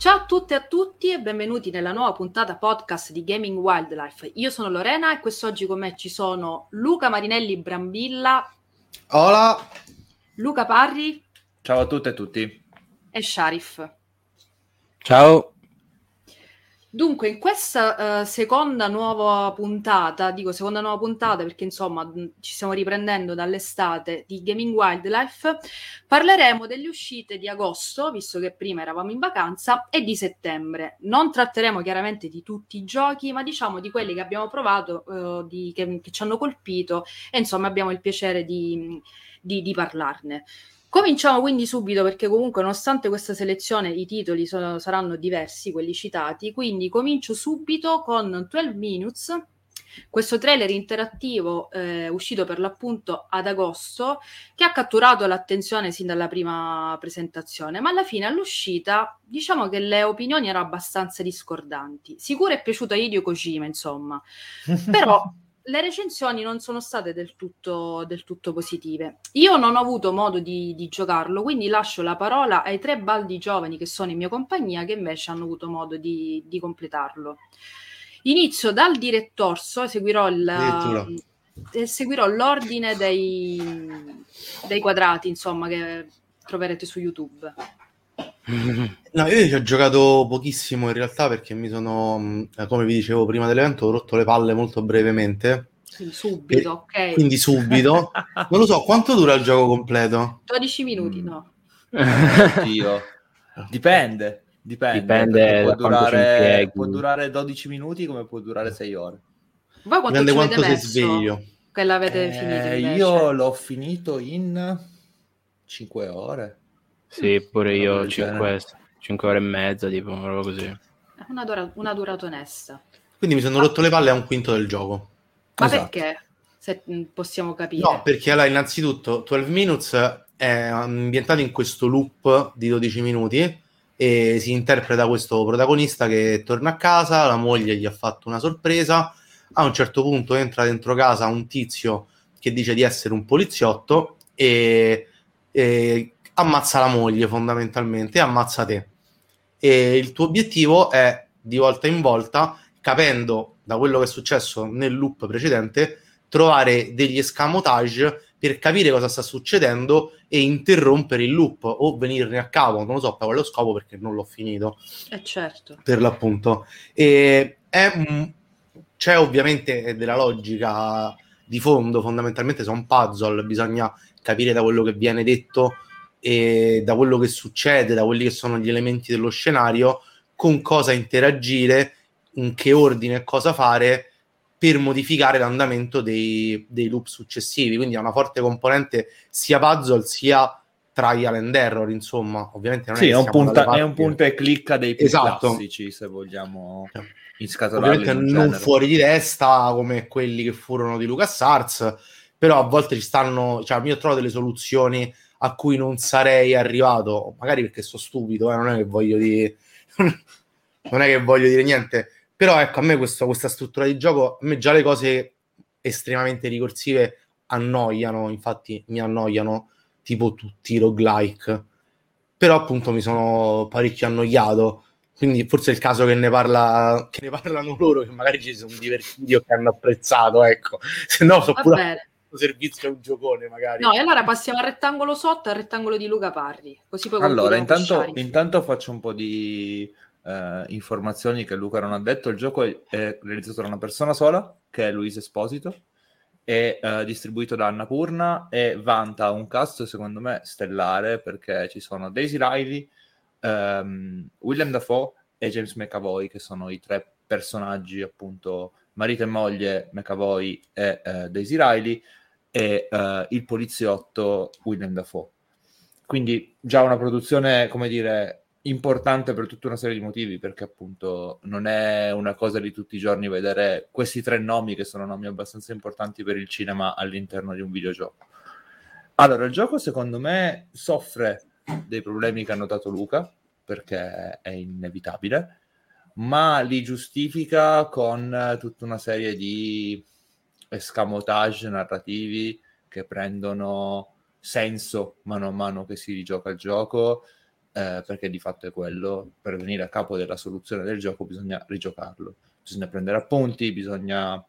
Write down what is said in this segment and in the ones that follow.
Ciao a tutte e a tutti e benvenuti nella nuova puntata podcast di Gaming Wildlife. Io sono Lorena e quest'oggi con me ci sono Luca Marinelli Brambilla. Hola. Luca Parri. Ciao a tutte e tutti. E Sharif. Ciao. Dunque, in questa seconda nuova puntata perché insomma ci stiamo riprendendo dall'estate di Gaming Wildlife, parleremo delle uscite di agosto, visto che prima eravamo in vacanza, e di settembre. Non tratteremo chiaramente di tutti i giochi, ma diciamo di quelli che abbiamo provato, che ci hanno colpito, e insomma abbiamo il piacere di parlarne. Cominciamo quindi subito perché comunque nonostante questa selezione i titoli saranno diversi, quelli citati, quindi comincio subito con 12 Minutes, questo trailer interattivo uscito per l'appunto ad agosto, che ha catturato l'attenzione sin dalla prima presentazione, ma alla fine all'uscita diciamo che le opinioni erano abbastanza discordanti. Sicuro è piaciuto a Hideo Kojima, insomma, però le recensioni non sono state del tutto positive. Io non ho avuto modo di giocarlo, quindi lascio la parola ai tre baldi giovani che sono in mia compagnia, che invece hanno avuto modo di completarlo. Inizio dal direttorso, seguirò l'ordine dei quadrati, insomma, che troverete su YouTube. No, io ci ho giocato pochissimo in realtà perché mi sono, come vi dicevo prima dell'evento, ho rotto le palle molto brevemente. Subito, ok. Quindi subito. Non lo so, quanto dura il gioco completo? 12 minuti, no. Oddio. Dipende. Può durare 12 minuti come può durare 6 ore. Voi Dipende quanto sei messo? sveglio. Che l'avete finito invece? Io l'ho finito in 5 ore. Sì, pure io 5 ore e mezza, tipo, proprio così. Una durata onesta. Quindi mi sono rotto le palle a un quinto del gioco. Ma esatto. Perché? Se possiamo capire. No, perché allora innanzitutto 12 Minutes è ambientato in questo loop di 12 minuti e si interpreta questo protagonista che torna a casa, la moglie gli ha fatto una sorpresa, a un certo punto entra dentro casa un tizio che dice di essere un poliziotto e ammazza la moglie fondamentalmente e ammazza te. E il tuo obiettivo è di volta in volta, capendo da quello che è successo nel loop precedente, trovare degli escamotage per capire cosa sta succedendo e interrompere il loop o venirne a capo, non lo so per quello scopo perché non l'ho finito. Certo. Per l'appunto. E c'è ovviamente della logica di fondo, fondamentalmente sono un puzzle, bisogna capire da quello che viene detto e da quello che succede, da quelli che sono gli elementi dello scenario, con cosa interagire, in che ordine e cosa fare per modificare l'andamento dei loop successivi. Quindi ha una forte componente sia puzzle sia trial and error, insomma. Ovviamente non sì, è un punto e clicca dei più classici, se vogliamo inscatolarli. Ovviamente non fuori di testa come quelli che furono di LucasArts, però a volte ci stanno, cioè io trovo delle soluzioni a cui non sarei arrivato, magari perché sono stupido, non è che voglio dire niente, però ecco, a me questa struttura di gioco, a me già le cose estremamente ricorsive annoiano, infatti mi annoiano tipo tutti i roguelike, però appunto mi sono parecchio annoiato, quindi forse è il caso che ne parlano loro, che magari ci sono divertiti o che hanno apprezzato, ecco, se no sono pure servizio a un giocone magari. No, e allora passiamo al rettangolo sotto, al rettangolo di Luca Parri, così poi allora intanto faccio un po' di informazioni che Luca non ha detto. Il gioco è realizzato da una persona sola, che è Luis Esposito, è distribuito da Annapurna e vanta un cast secondo me stellare, perché ci sono Daisy Ridley, Willem Dafoe e James McAvoy, che sono i tre personaggi, appunto marito e moglie, McAvoy e Daisy Ridley, e il poliziotto Willem Dafoe. Quindi già una produzione, come dire, importante per tutta una serie di motivi, perché appunto non è una cosa di tutti i giorni vedere questi tre nomi, che sono nomi abbastanza importanti per il cinema, all'interno di un videogioco. Allora, il gioco secondo me soffre dei problemi che ha notato Luca, perché è inevitabile, ma li giustifica con tutta una serie di escamotage narrativi che prendono senso mano a mano che si rigioca il gioco, perché di fatto è quello. Per venire a capo della soluzione del gioco bisogna rigiocarlo, bisogna prendere appunti, bisogna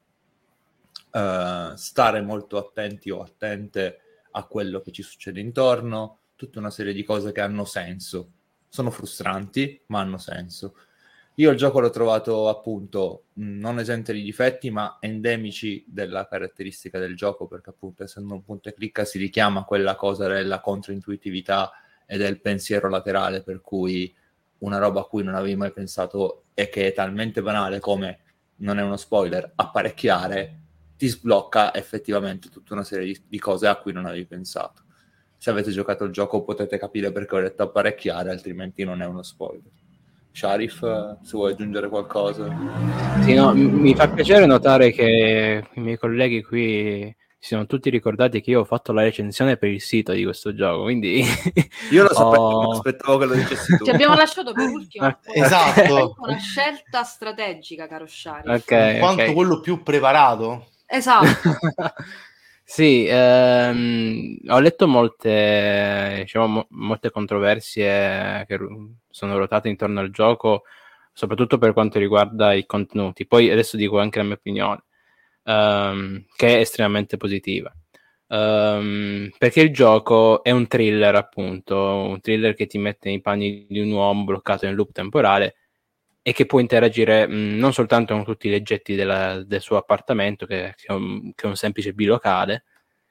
stare molto attenti o attente a quello che ci succede intorno, tutta una serie di cose che hanno senso, sono frustranti ma hanno senso. Io il gioco l'ho trovato appunto non esente di difetti ma endemici della caratteristica del gioco, perché appunto essendo un punto e clicca si richiama quella cosa della controintuitività e del pensiero laterale, per cui una roba a cui non avevi mai pensato e che è talmente banale come, non è uno spoiler, apparecchiare, ti sblocca effettivamente tutta una serie di cose a cui non avevi pensato. Se avete giocato il gioco potete capire perché ho detto apparecchiare, altrimenti non è uno spoiler. Sharif, se vuoi aggiungere qualcosa. Sì, no, mi fa piacere notare che i miei colleghi qui si sono tutti ricordati che io ho fatto la recensione per il sito di questo gioco, quindi io lo sapevo, ma aspettavo che lo dicessi tu. Ti abbiamo lasciato per ultimo. Esatto. Una scelta strategica, caro Sharif. Okay, in quanto quello più preparato. Esatto. Sì, ho letto molte, diciamo, molte controversie che sono ruotate intorno al gioco, soprattutto per quanto riguarda i contenuti. Poi adesso dico anche la mia opinione, che è estremamente positiva. Perché il gioco è un thriller, appunto, un thriller che ti mette nei panni di un uomo bloccato in loop temporale e che può interagire non soltanto con tutti gli oggetti del suo appartamento, che è un semplice bilocale,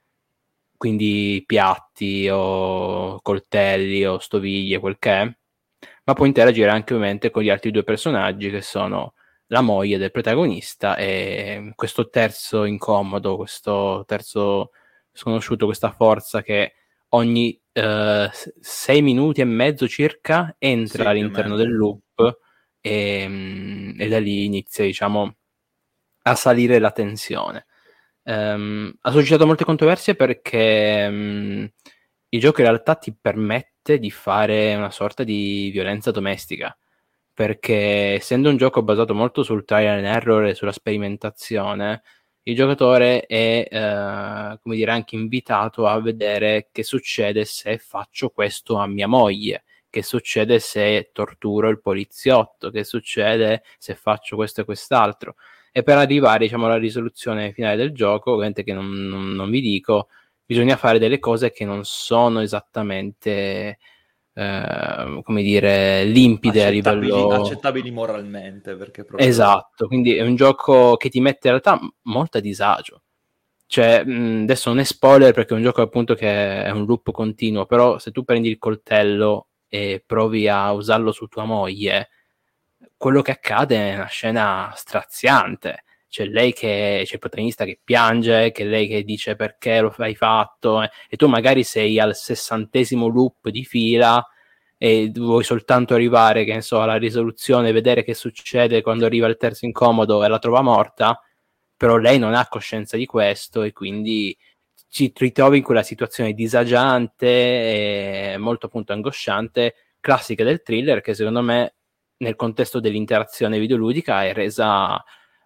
quindi piatti o coltelli o stoviglie, quel che è, ma può interagire anche ovviamente con gli altri due personaggi che sono la moglie del protagonista e questo terzo incomodo, questo terzo sconosciuto, questa forza che ogni 6 minuti e mezzo circa entra all'interno del loop e da lì inizia, diciamo, a salire la tensione. Ha suscitato molte controversie perché il gioco in realtà ti permette di fare una sorta di violenza domestica, perché essendo un gioco basato molto sul trial and error e sulla sperimentazione, il giocatore è come dire, anche invitato a vedere che succede se faccio questo a mia moglie, che succede se torturo il poliziotto, che succede se faccio questo e quest'altro. E per arrivare, diciamo, alla risoluzione finale del gioco, ovviamente che non vi dico, bisogna fare delle cose che non sono esattamente come dire, limpide a livello accettabili moralmente, perché proprio... esatto, quindi è un gioco che ti mette in realtà molto a disagio. Cioè, adesso non è spoiler perché è un gioco appunto che è un loop continuo, però se tu prendi il coltello e provi a usarlo su tua moglie, quello che accade è una scena straziante. C'è lei c'è il protagonista che piange, che lei che dice perché lo hai fatto, e tu magari sei al 60° loop di fila e vuoi soltanto arrivare, che ne so, alla risoluzione, vedere che succede quando arriva il terzo incomodo e la trova morta, però lei non ha coscienza di questo e quindi ci ritrovi in quella situazione disagiante e molto appunto angosciante, classica del thriller, che secondo me nel contesto dell'interazione videoludica è resa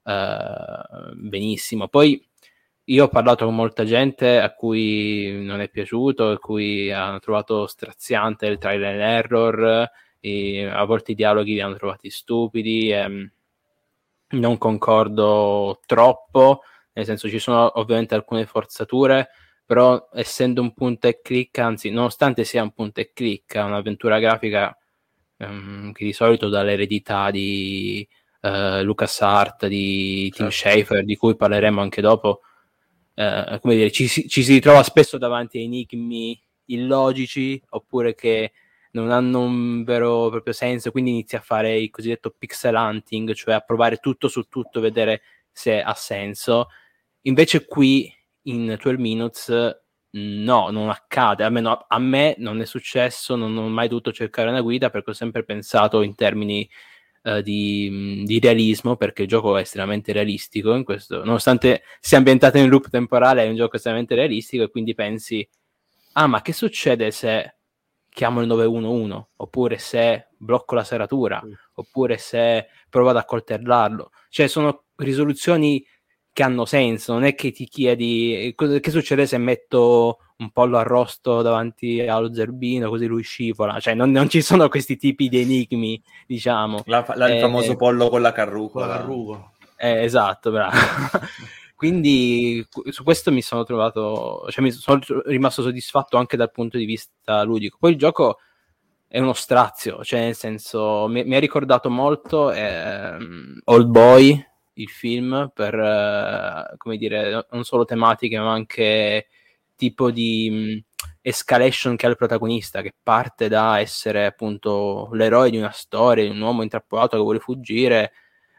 benissimo. Poi io ho parlato con molta gente a cui non è piaciuto, a cui hanno trovato straziante il trial and error, e a volte i dialoghi li hanno trovati stupidi, non concordo troppo, nel senso ci sono ovviamente alcune forzature, però essendo un punto e click, anzi nonostante sia un punto e click, un'avventura grafica che di solito dà l'eredità di LucasArts, di Tim Schafer, di cui parleremo anche dopo, come dire, ci si ritrova spesso davanti a enigmi illogici oppure che non hanno un vero proprio senso, quindi inizia a fare il cosiddetto pixel hunting, cioè a provare tutto su tutto, vedere se ha senso. Invece qui in 12 Minutes no, non accade, almeno a me non è successo, non ho mai dovuto cercare una guida perché ho sempre pensato in termini di realismo, perché il gioco è estremamente realistico in questo, nonostante sia ambientato in loop temporale, è un gioco estremamente realistico e quindi pensi, ma che succede se chiamo il 911, oppure se blocco la serratura, oppure se provo ad accoltellarlo. Cioè sono risoluzioni che hanno senso, non è che ti chiedi che succede se metto un pollo arrosto davanti allo zerbino così lui scivola, cioè non ci sono questi tipi di enigmi, diciamo. Il famoso pollo con la carrucola. Con la carrucola. Esatto, bravo. Quindi su questo mi sono trovato, cioè mi sono rimasto soddisfatto anche dal punto di vista ludico. Poi il gioco è uno strazio, cioè nel senso mi ha ricordato molto Old Boy, il film, per come dire, non solo tematiche ma anche tipo di escalation che ha il protagonista, che parte da essere appunto l'eroe di una storia, di un uomo intrappolato che vuole fuggire,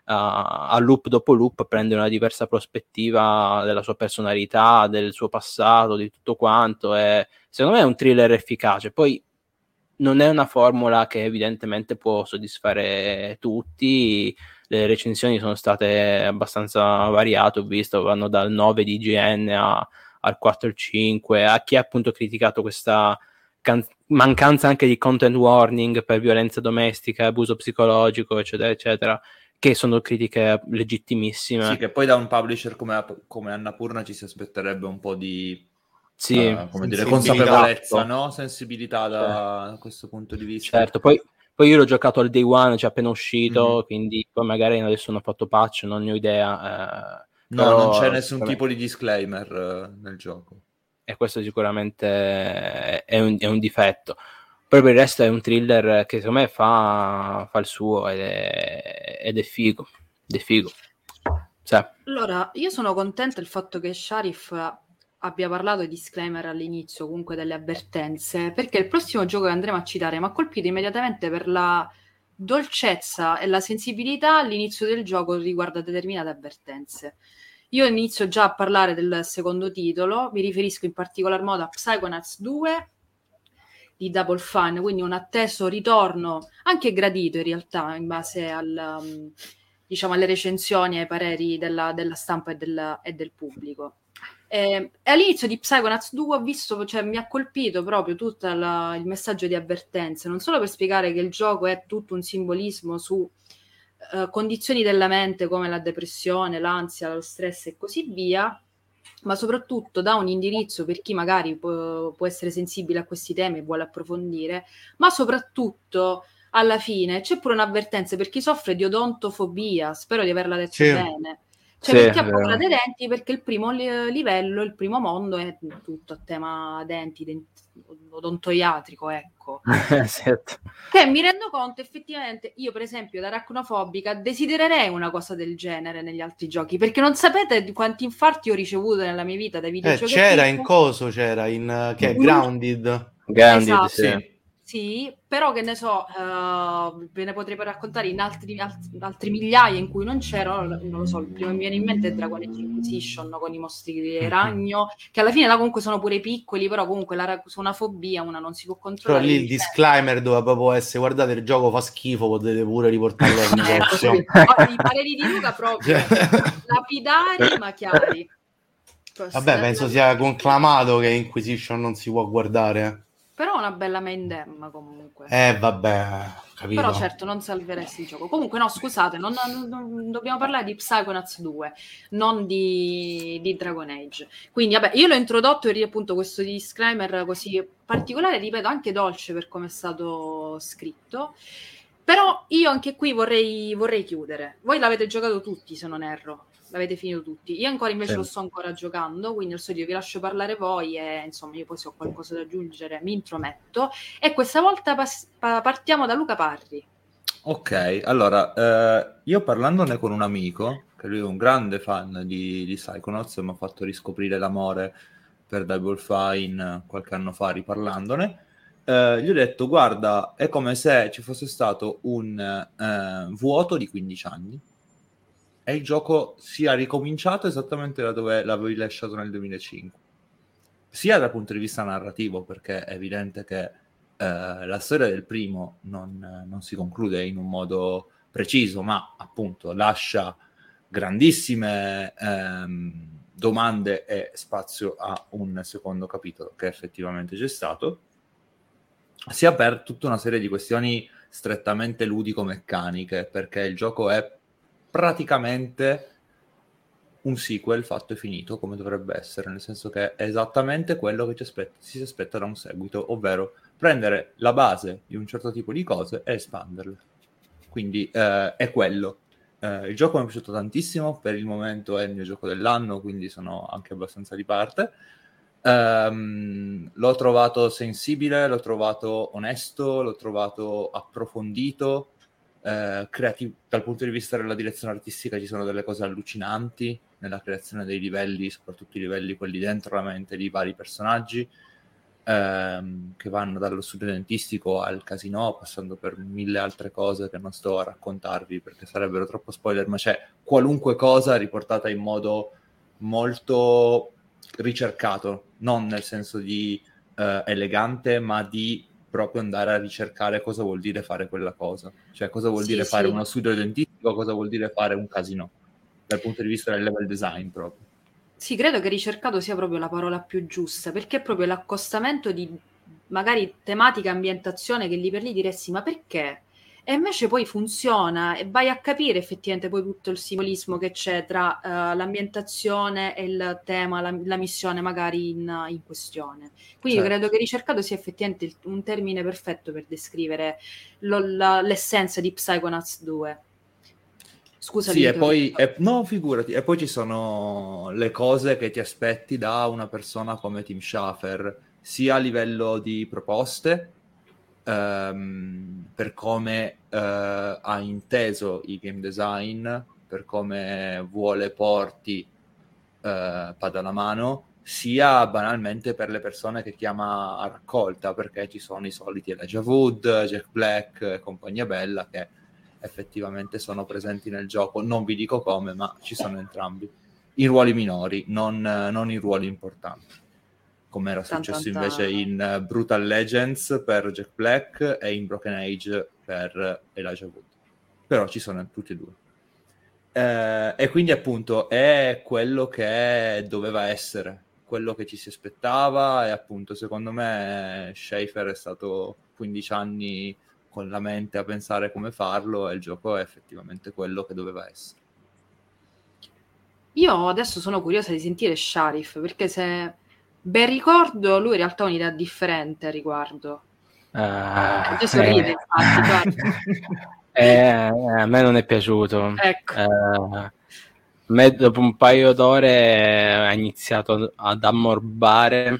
a loop dopo loop prende una diversa prospettiva della sua personalità, del suo passato, di tutto quanto, e secondo me è un thriller efficace. Poi non è una formula che evidentemente può soddisfare tutti, le recensioni sono state abbastanza variate, ho visto, vanno dal 9 di IGN al 4-5, a chi ha appunto criticato questa mancanza anche di content warning per violenza domestica, abuso psicologico, eccetera, eccetera, che sono critiche legittimissime. Sì, che poi da un publisher come Annapurna ci si aspetterebbe un po' di come dire, consapevolezza, no? Sensibilità da questo punto di vista. Certo, poi io l'ho giocato al day one, cioè appena uscito, quindi poi magari adesso hanno fatto patch, non ne ho idea. No, non c'è nessun tipo di disclaimer nel gioco. E questo sì,sicuramente è un difetto. Poi per il resto è un thriller che secondo me fa il suo ed è figo. Ed è figo. Sì. Allora, io sono contenta del fatto che Sharif abbia parlato di disclaimer all'inizio, comunque delle avvertenze, perché il prossimo gioco che andremo a citare mi ha colpito immediatamente per la dolcezza e la sensibilità all'inizio del gioco riguardo a determinate avvertenze. Io inizio già a parlare del secondo titolo, mi riferisco in particolar modo a Psychonauts 2 di Double Fine, quindi un atteso ritorno, anche gradito in realtà, in base al, diciamo, alle recensioni e ai pareri della stampa e del pubblico. E all'inizio di Psychonauts 2 ho visto, cioè mi ha colpito proprio tutto il messaggio di avvertenze, non solo per spiegare che il gioco è tutto un simbolismo su condizioni della mente come la depressione, l'ansia, lo stress e così via, ma soprattutto dà un indirizzo per chi magari può essere sensibile a questi temi e vuole approfondire, ma soprattutto alla fine c'è pure un'avvertenza per chi soffre di odontofobia, spero di averla detto bene. Cioè, per chi ha paura dei denti, perché il primo livello, il primo mondo è tutto a tema denti odontoiatrico, ecco. Certo. Che mi rendo conto effettivamente, io per esempio da aracnofobica desidererei una cosa del genere negli altri giochi, perché non sapete di quanti infarti ho ricevuto nella mia vita dai videogiochi. C'era in coso, c'era in che è Grounded. Esatto. Sì, però che ne so, ve ne potrei raccontare in altri migliaia in cui non c'ero, non lo so, il primo che mi viene in mente è Dragon Age Inquisition con i mostri ragno, che alla fine là comunque sono pure piccoli, però comunque su una fobia una non si può controllare. Però lì il disclaimer doveva proprio essere: guardate, il gioco fa schifo, potete pure riportarlo al negozio. I pareri di Luca proprio lapidari ma chiari. Vabbè, penso sia conclamato che Inquisition non si può guardare. Però è una bella main dem comunque. Vabbè, capito. Però certo non salveresti il gioco. Comunque no, scusate, non dobbiamo parlare di Psychonauts 2, non di Dragon Age. Quindi vabbè, io l'ho introdotto e appunto questo disclaimer così particolare, ripeto, anche dolce per come è stato scritto. Però io anche qui vorrei chiudere. Voi l'avete giocato tutti, se non erro. L'avete finito tutti. Io ancora invece lo sto ancora giocando, quindi al solito vi lascio parlare voi e insomma io poi se ho qualcosa da aggiungere mi intrometto. E questa volta partiamo da Luca Parri. Ok, allora io parlandone con un amico, che lui è un grande fan di Psychonauts, mi ha fatto riscoprire l'amore per Double Fine qualche anno fa riparlandone. Gli ho detto, guarda, è come se ci fosse stato un vuoto di 15 anni e il gioco sia ricominciato esattamente da dove l'avevi lasciato nel 2005, sia dal punto di vista narrativo, perché è evidente che la storia del primo non si conclude in un modo preciso, ma appunto lascia grandissime domande e spazio a un secondo capitolo che effettivamente c'è stato, sia per tutta una serie di questioni strettamente ludico-meccaniche, perché il gioco è praticamente un sequel fatto e finito come dovrebbe essere, nel senso che è esattamente quello che si aspetta da un seguito, ovvero prendere la base di un certo tipo di cose e espanderle. Quindi è quello. Il gioco mi è piaciuto tantissimo, per il momento è il mio gioco dell'anno, quindi sono anche abbastanza di parte. L'ho trovato sensibile, l'ho trovato onesto, l'ho trovato approfondito, creativo. Dal punto di vista della direzione artistica ci sono delle cose allucinanti nella creazione dei livelli, soprattutto i livelli quelli dentro la mente di vari personaggi, che vanno dallo studentistico al casino, passando per 1000 altre cose che non sto a raccontarvi perché sarebbero troppo spoiler, ma c'è qualunque cosa riportata in modo molto ricercato, non nel senso di elegante, ma di proprio andare a ricercare cosa vuol dire fare quella cosa, cioè cosa vuol dire fare uno studio dentistico, cosa vuol dire fare un casino, dal punto di vista del level design proprio. Sì, credo che ricercato sia proprio la parola più giusta, perché è proprio l'accostamento di magari tematica, ambientazione, che lì per lì diresti ma perché? E invece poi funziona e vai a capire effettivamente poi tutto il simbolismo che c'è tra l'ambientazione e il tema, la missione magari in questione. Quindi Certo. credo che ricercato sia effettivamente un termine perfetto per descrivere l'essenza di Psychonauts 2. Scusa, sì, e poi no, figurati, e poi ci sono le cose che ti aspetti da una persona come Tim Schafer, sia a livello di proposte, per come ha inteso il game design, per come vuole porti Padanamanò, sia banalmente per le persone che chiama a raccolta, perché ci sono i soliti Elijah Wood, Jack Black e compagnia bella che effettivamente sono presenti nel gioco. Non vi dico come, ma ci sono entrambi. In ruoli minori, non in ruoli importanti, come era successo invece in Brutal Legends per Jack Black e in Broken Age per Elijah Wood. Però ci sono tutti e due. E quindi appunto è quello che doveva essere, quello che ci si aspettava, e appunto secondo me Schafer è stato 15 anni con la mente a pensare come farlo, e il gioco è effettivamente quello che doveva essere. Io adesso sono curiosa di sentire Sharif, perché se ben ricordo lui in realtà ha un'idea differente a riguardo. Adesso ride, infatti, a me non è piaciuto. Ecco. A me dopo un paio d'ore ha iniziato ad ammorbare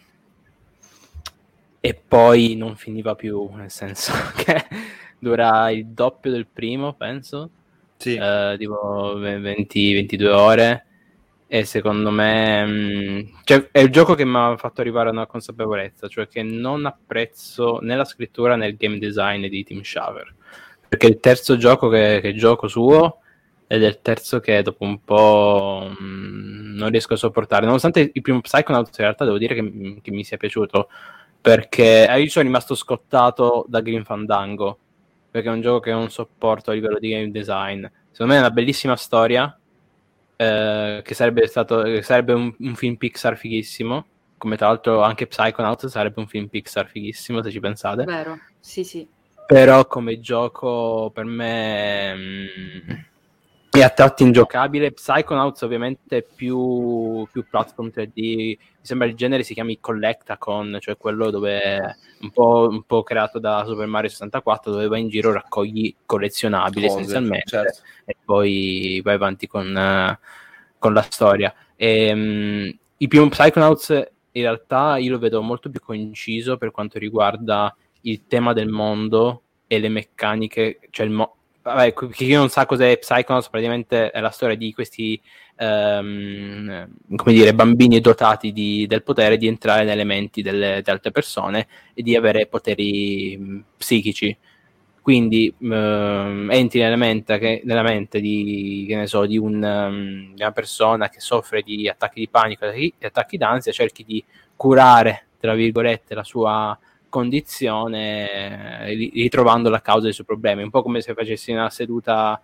e poi non finiva più, nel senso che dura il doppio del primo, penso, sì. tipo 20-22 ore, e secondo me cioè, è il gioco che mi ha fatto arrivare a una consapevolezza, cioè che non apprezzo né la scrittura né il game design di Tim Schafer, perché è il terzo gioco che gioco suo, ed è il terzo che dopo un po' non riesco a sopportare, nonostante il primo Psychonauts in realtà devo dire che mi sia piaciuto, perché io sono rimasto scottato da Grim Fandango, perché è un gioco che non sopporto a livello di game design. Secondo me è una bellissima storia, che sarebbe un film Pixar fighissimo, come tra l'altro anche Psychonauts sarebbe un film Pixar fighissimo, se ci pensate. Vero, sì. Però come gioco per me è a tratti ingiocabile. Psychonauts ovviamente è più platform 3D, mi sembra il genere si chiami Collectacon, cioè quello dove un po' creato da Super Mario 64, dove vai in giro, raccogli collezionabili essenzialmente, certo, e poi vai avanti con la storia. Il primo Psychonauts in realtà io lo vedo molto più coinciso per quanto riguarda il tema del mondo e le meccaniche, cioè vabbè, chi non sa cos'è Psychonauts, praticamente è la storia di questi come dire, bambini dotati del potere di entrare nelle menti delle altre persone e di avere poteri psichici. Quindi entri nella mente di, che ne so, di una persona che soffre di attacchi di panico e attacchi d'ansia, cerchi di curare, tra virgolette, la sua condizione, ritrovando la causa dei suoi problemi, un po' come se facessi una seduta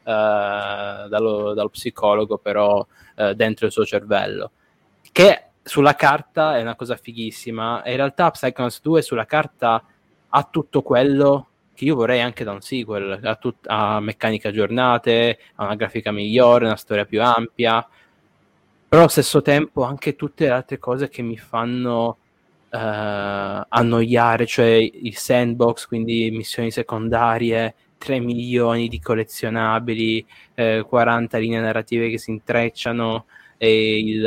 dallo psicologo, però dentro il suo cervello, che sulla carta è una cosa fighissima, e in realtà Psychonauts 2 sulla carta ha tutto quello che io vorrei anche da un sequel, ha meccaniche aggiornate, ha una grafica migliore, una storia più ampia, però allo stesso tempo anche tutte le altre cose che mi fanno annoiare, cioè il sandbox, quindi missioni secondarie, 3 milioni di collezionabili, 40 linee narrative che si intrecciano, e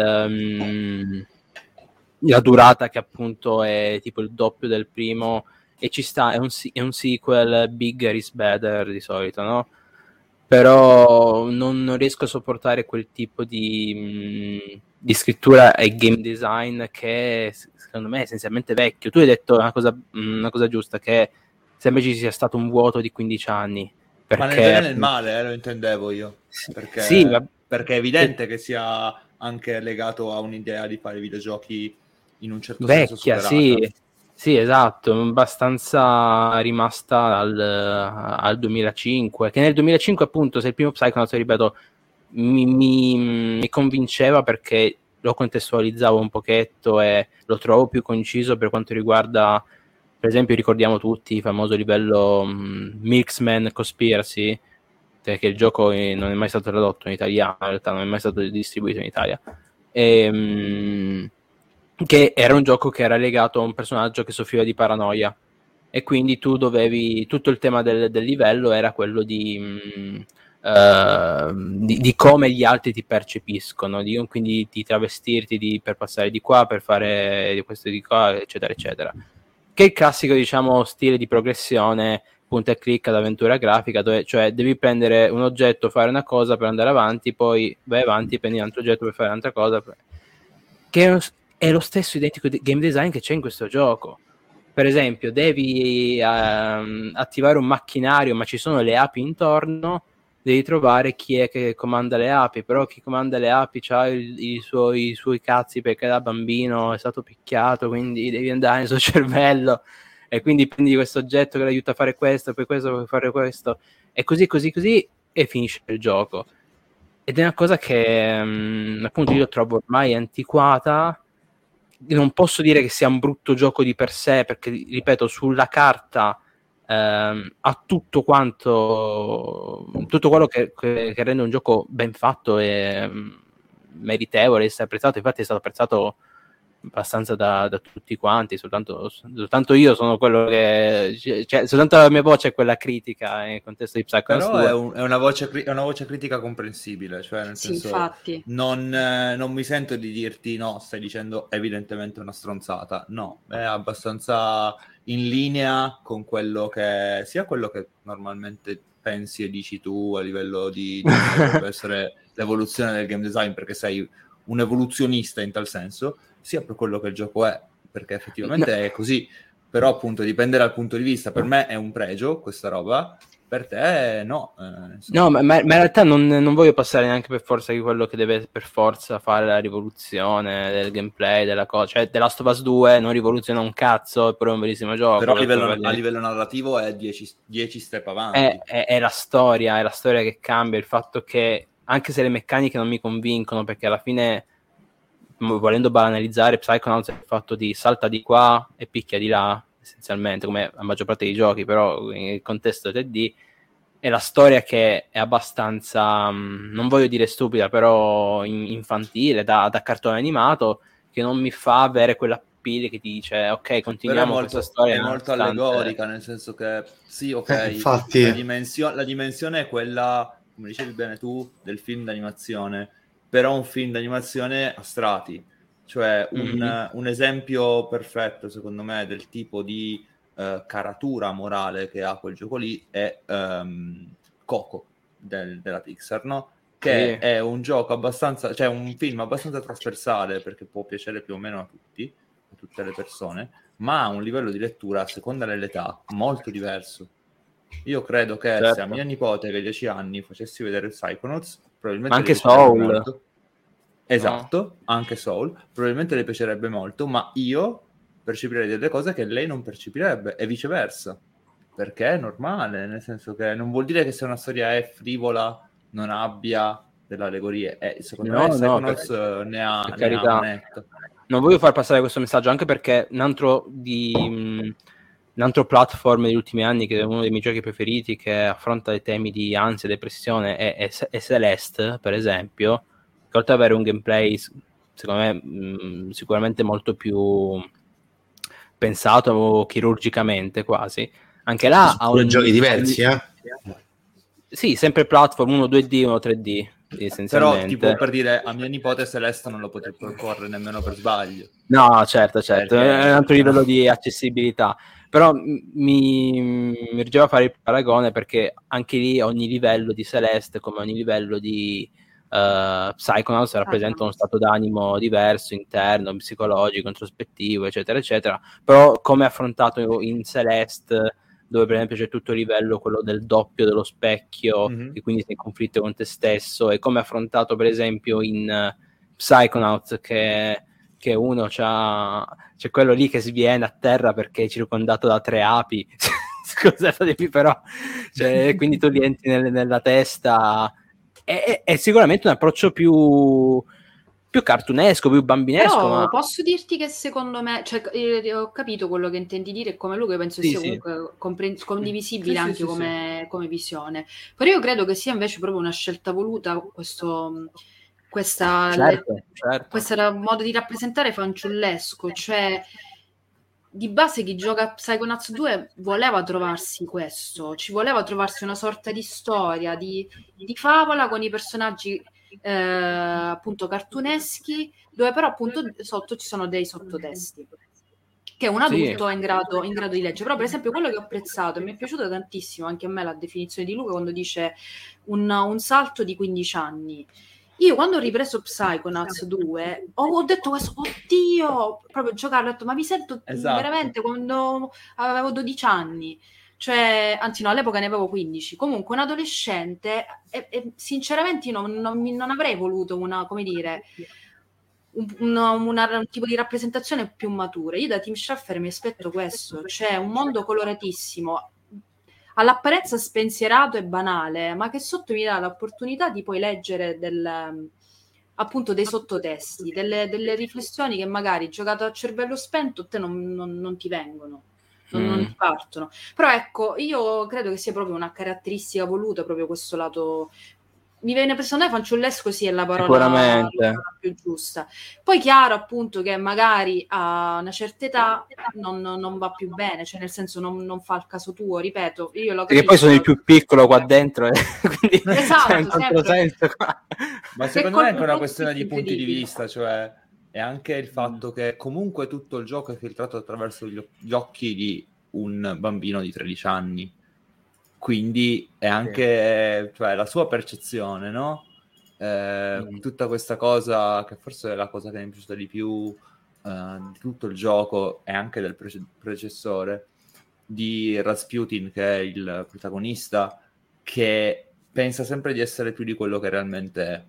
la durata che appunto è tipo il doppio del primo, e ci sta, è un sequel, bigger is better di solito, no? Però non riesco a sopportare quel tipo di scrittura e game design che secondo me è essenzialmente vecchio. Tu hai detto una cosa giusta, che sembra ci sia stato un vuoto di 15 anni. Perché... Ma nel bene e nel male, lo intendevo io. Perché, sì, perché è evidente che sia anche legato a un'idea di fare videogiochi in un certo senso vecchia, superata. sì, esatto, abbastanza rimasta al 2005, che nel 2005 appunto, se il primo Psychonauts, ripeto, mi convinceva perché lo contestualizzavo un pochetto e lo trovo più conciso per quanto riguarda, per esempio, ricordiamo tutti il famoso livello Milkman Conspiracy, perché il gioco non è mai stato tradotto in italiano, in realtà non è mai stato distribuito in Italia, che era un gioco che era legato a un personaggio che soffriva di paranoia, e quindi tu dovevi, tutto il tema del livello era quello di come gli altri ti percepiscono, quindi di travestirti per passare di qua, per fare di questo di qua, eccetera eccetera, che è il classico, diciamo, stile di progressione punta e clicca d'avventura grafica, dove cioè devi prendere un oggetto, fare una cosa per andare avanti, poi vai avanti, prendi un altro oggetto per fare un'altra cosa, che è lo stesso identico game design che c'è in questo gioco. Per esempio, devi attivare un macchinario, ma ci sono le api intorno, devi trovare chi è che comanda le api, però chi comanda le api ha i suoi cazzi perché da bambino è stato picchiato, quindi devi andare nel suo cervello, e quindi prendi questo oggetto che l'aiuta a fare questo, poi questo puoi fare questo, e così, e finisce il gioco. Ed è una cosa che appunto io trovo ormai antiquata. Non posso dire che sia un brutto gioco di per sé, perché, ripeto, sulla carta ha tutto quello che rende un gioco ben fatto e meritevole di essere apprezzato. Infatti è stato apprezzato abbastanza da tutti quanti, soltanto io sono quello che, cioè, soltanto la mia voce è quella critica nel contesto di Psychonauts 2. Però è una voce critica comprensibile, cioè nel Sì, senso infatti. non mi sento di dirti no, stai dicendo evidentemente una stronzata, no, è abbastanza in linea con quello che sia quello che normalmente pensi e dici tu a livello di dovrebbe essere l'evoluzione del game design, perché sei un evoluzionista in tal senso, sia per quello che il gioco è, perché effettivamente è così. Però appunto dipende dal punto di vista. Per me è un pregio questa roba, per te no. No, ma in realtà non voglio passare neanche per forza di quello che deve per forza fare la rivoluzione del gameplay, della cosa. Cioè, The Last of Us 2 non rivoluziona un cazzo, però è un bellissimo gioco. Però a livello narrativo è 10 step avanti. È la storia che cambia, il fatto che, anche se le meccaniche non mi convincono, perché alla fine, volendo banalizzare, Psychonauts è il fatto di salta di qua e picchia di là, essenzialmente, come la maggior parte dei giochi, però nel contesto 3D. È la storia che è abbastanza, non voglio dire stupida, però infantile, da cartone animato, che non mi fa avere quella appeal che ti dice ok, continuiamo questa storia. È molto allegorica, nel senso che sì, ok, infatti la dimensione è quella, come dicevi bene tu, del film d'animazione, però un film d'animazione a strati, cioè un esempio perfetto secondo me del tipo di caratura morale che ha quel gioco lì è Coco della Pixar, no? Che sì. è un gioco abbastanza, cioè un film abbastanza trasversale, perché può piacere più o meno a tutti, a tutte le persone, ma ha un livello di lettura a seconda dell'età molto diverso. Io credo che certo, se a mia nipote che ha 10 anni facessi vedere Psychonauts, probabilmente anche le piacerebbe Soul molto. Esatto, no? Anche Soul probabilmente le piacerebbe molto, ma io percepirei delle cose che lei non percepirebbe, e viceversa, perché è normale, nel senso che non vuol dire che se una storia è frivola non abbia delle allegorie, e secondo me Psychonauts ne ha manetta. Non voglio far passare questo messaggio, anche perché un altro platform degli ultimi anni, che è uno dei miei giochi preferiti, che affronta i temi di ansia e depressione, è Celeste, per esempio, che oltre ad avere un gameplay secondo me sicuramente molto più pensato chirurgicamente quasi, anche là ha due giochi diversi, sì, sempre platform, uno 2D, uno 3D essenzialmente. Però tipo per dire, a mia nipote Celeste non lo potrei proporre nemmeno per sbaglio. No, certo, Perché... è un altro livello di accessibilità, però mi rigevo a fare il paragone perché anche lì ogni livello di Celeste, come ogni livello di Psychonauts, rappresenta uno stato d'animo diverso, interno, psicologico, introspettivo, eccetera, eccetera, però come affrontato in Celeste, dove per esempio c'è tutto il livello, quello del doppio dello specchio, che quindi sei in conflitto con te stesso, e come affrontato per esempio in Psychonauts, che uno c'è quello lì che sviene a terra perché è circondato da 3 api, scusatemi però, cioè, quindi tu li entri nella testa, è sicuramente un approccio più cartunesco, più bambinesco. Però ma posso dirti che secondo me, cioè, ho capito quello che intendi dire, e come lui, che penso sia comunque condivisibile anche come visione. Però io credo che sia invece proprio una scelta voluta questo modo di rappresentare fanciullesco, cioè di base chi gioca a Psychonauts 2 voleva trovarsi questo, ci voleva trovarsi una sorta di storia, di favola con i personaggi appunto cartuneschi, dove però appunto sotto ci sono dei sottotesti che un adulto è in grado di leggere. Però per esempio quello che ho apprezzato e mi è piaciuto tantissimo anche a me la definizione di Luca quando dice un salto di 15 anni. Io quando ho ripreso Psychonauts 2 ho detto questo, oddio, proprio giocarlo, ho detto ma mi sento veramente quando avevo 12 anni, cioè, anzi no, all'epoca ne avevo 15, comunque un adolescente, e sinceramente io non avrei voluto un tipo di rappresentazione più matura. Io da Tim Schafer mi aspetto questo, cioè un mondo coloratissimo, all'apparenza spensierato e banale, ma che sotto mi dà l'opportunità di poi leggere appunto dei sottotesti, delle riflessioni che magari giocato a cervello spento a te non ti vengono, non ti partono. Però ecco, io credo che sia proprio una caratteristica voluta, proprio questo lato. Mi viene personale fanciullesco, sì, è la parola più giusta. Poi chiaro appunto che magari a una certa età non va più bene, cioè nel senso non fa il caso tuo, ripeto, io lo capisco. Che poi sono il più piccolo qua dentro, quindi esatto, ma secondo me è anche una questione di punti di vista, cioè è anche il fatto che comunque tutto il gioco è filtrato attraverso gli occhi di un bambino di 13 anni. Quindi è anche cioè, la sua percezione, no? Tutta questa cosa, che forse è la cosa che mi è piaciuta di più di tutto il gioco, e anche del predecessore, di Rasputin, che è il protagonista, che pensa sempre di essere più di quello che realmente è.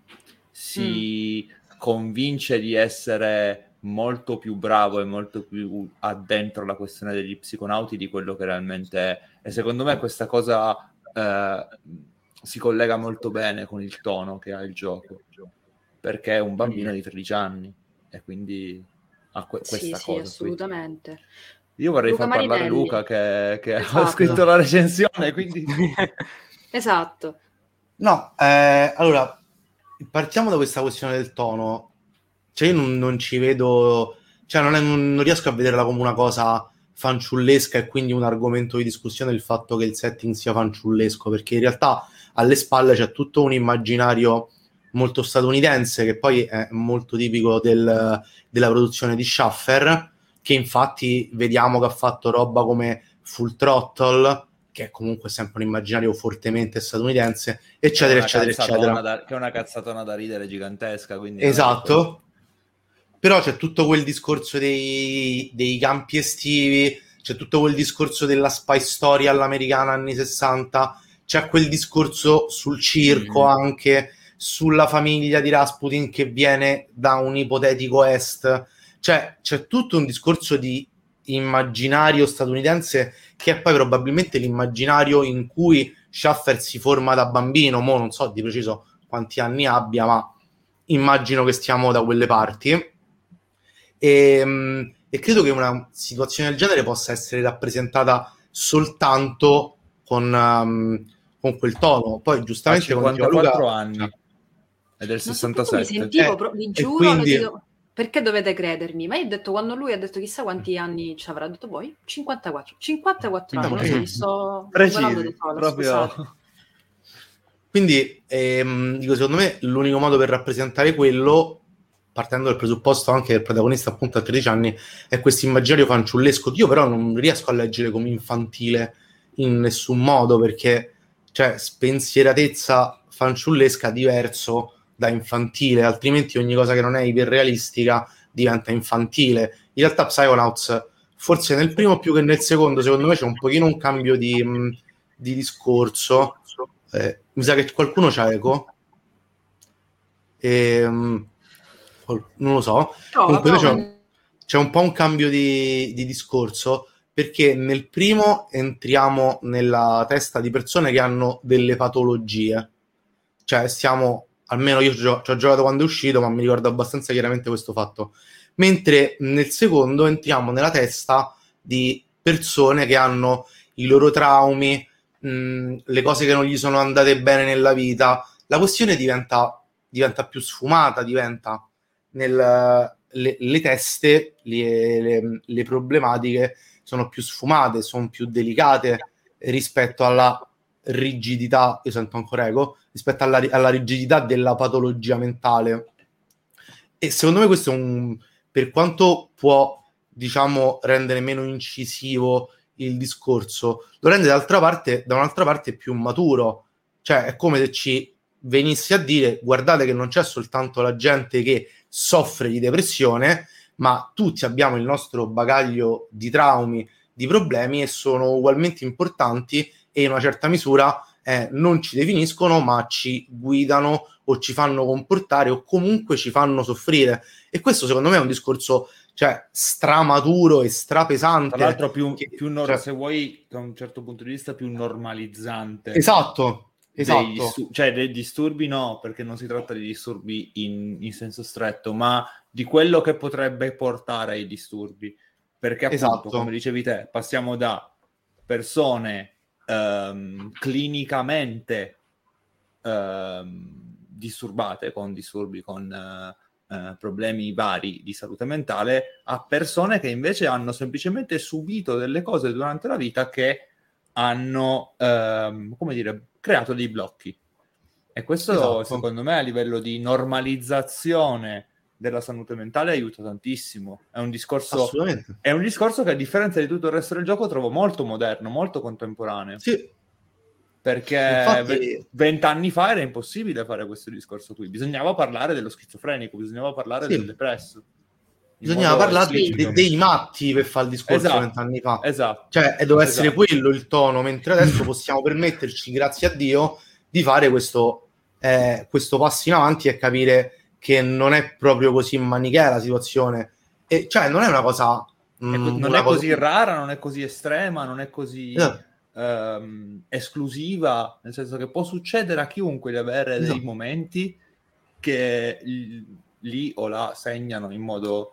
Si convince di essere molto più bravo e molto più addentro la questione degli psiconauti di quello che realmente è. E secondo me questa cosa si collega molto bene con il tono che ha il gioco, perché è un bambino di 13 anni e quindi ha questa cosa. Sì, assolutamente. Qui. Io vorrei Luca far parlare Marinelli. Luca che ha scritto la recensione, quindi... Esatto. No, allora, partiamo da questa questione del tono. Cioè io non ci vedo, cioè non riesco a vederla come una cosa fanciullesca e quindi un argomento di discussione il fatto che il setting sia fanciullesco, perché in realtà alle spalle c'è tutto un immaginario molto statunitense che poi è molto tipico della produzione di Schaffer, che infatti vediamo che ha fatto roba come Full Throttle, che è comunque sempre un immaginario fortemente statunitense, eccetera, eccetera. Che è una cazzatona da ridere gigantesca. Quindi esatto. Però c'è tutto quel discorso dei campi estivi, c'è tutto quel discorso della spy story all'americana anni 60, c'è quel discorso sul circo anche, sulla famiglia di Rasputin che viene da un ipotetico est. Cioè c'è tutto un discorso di immaginario statunitense che è poi probabilmente l'immaginario in cui Schaffer si forma da bambino. Mo non so di preciso quanti anni abbia, ma immagino che stiamo da quelle parti. E credo che una situazione del genere possa essere rappresentata soltanto con quel tono. Poi giustamente 54 Luca, anni. è del Non so 67. perché mi sentivo, vi giuro, quindi... perché dovete credermi? Ma io ho detto, quando lui ha detto chissà quanti anni ci avrà, ho detto poi 54 anni, non so, mi sto guardando da sola, proprio... scusate. Quindi, dico, secondo me l'unico modo per rappresentare quello, partendo dal presupposto anche che il protagonista appunto a 13 anni, è questo immaginario fanciullesco. Io però non riesco a leggere come infantile in nessun modo, perché, cioè, spensieratezza fanciullesca diverso da infantile, altrimenti ogni cosa che non è iperrealistica diventa infantile. In realtà Psychonauts, forse nel primo più che nel secondo, secondo me c'è un pochino un cambio di discorso. Mi sa che qualcuno c'ha eco. Non lo so. Comunque c'è un po' un cambio di discorso, perché nel primo entriamo nella testa di persone che hanno delle patologie. Cioè almeno io ci ho giocato quando è uscito, ma mi ricordo abbastanza chiaramente questo fatto. Mentre nel secondo entriamo nella testa di persone che hanno i loro traumi, le cose che non gli sono andate bene nella vita. La questione diventa più sfumata, diventa le teste, le problematiche sono più sfumate, sono più delicate rispetto alla rigidità, io sento ancora eco, rispetto alla rigidità della patologia mentale. E secondo me questo è per quanto può, diciamo, rendere meno incisivo il discorso, lo rende da un'altra parte più maturo. Cioè è come se ci venisse a dire: guardate che non c'è soltanto la gente che soffre di depressione, ma tutti abbiamo il nostro bagaglio di traumi, di problemi, e sono ugualmente importanti, e in una certa misura non ci definiscono, ma ci guidano o ci fanno comportare o comunque ci fanno soffrire. E questo secondo me è un discorso, cioè, stramaturo e strapesante. Tra l'altro se vuoi, da un certo punto di vista, più normalizzante. Esatto. Cioè dei disturbi no, perché non si tratta di disturbi in senso stretto, ma di quello che potrebbe portare ai disturbi. Perché appunto, come dicevi te, passiamo da persone clinicamente disturbate, con disturbi, con problemi vari di salute mentale, a persone che invece hanno semplicemente subito delle cose durante la vita che hanno, come dire, creato dei blocchi. E questo, secondo me, a livello di normalizzazione della salute mentale aiuta tantissimo. È un discorso che, a differenza di tutto il resto del gioco, trovo molto moderno, molto contemporaneo. Sì. Perché 20 anni fa era impossibile fare questo discorso qui. Bisognava parlare dello schizofrenico, bisognava parlare del depresso. Bisognava parlare dei matti per fare il discorso 20 anni fa. Cioè, doveva essere quello il tono, mentre adesso possiamo permetterci, grazie a Dio, di fare questo passo in avanti e capire che non è proprio così manichea la situazione. E cioè, non è una cosa... non è così rara, non è così estrema, non è così... esclusiva, nel senso che può succedere a chiunque di avere dei momenti che lì o là segnano in modo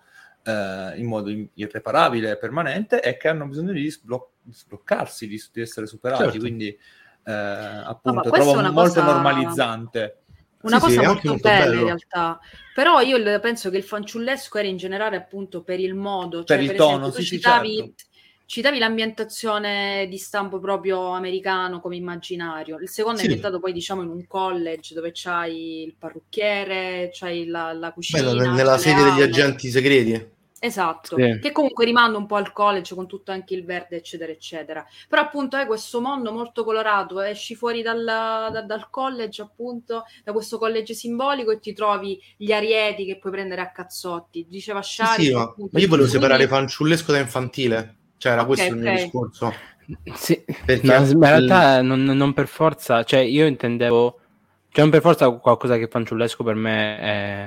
irreparabile e permanente, e che hanno bisogno di sbloccarsi, di essere superati. Quindi appunto trovo molto normalizzante. Una cosa molto bella in realtà, però io penso che il fanciullesco era in generale appunto per il modo, per il tono, certo. Citavi l'ambientazione di stampo proprio americano come immaginario. Il secondo è ambientato poi, diciamo, in un college dove c'hai il parrucchiere, c'hai la cucina. Nella sede degli agenti segreti. Esatto, che comunque rimanda un po' al college con tutto anche il verde, eccetera, eccetera. Però appunto è questo mondo molto colorato, esci fuori dal college, appunto, da questo college simbolico, e ti trovi gli arieti che puoi prendere a cazzotti. Diceva Shari. Ma io volevo separare fanciullesco da infantile. Cioè era questo il mio discorso. Sì, perché in realtà non per forza, cioè io intendevo, cioè non per forza qualcosa che fanciullesco per me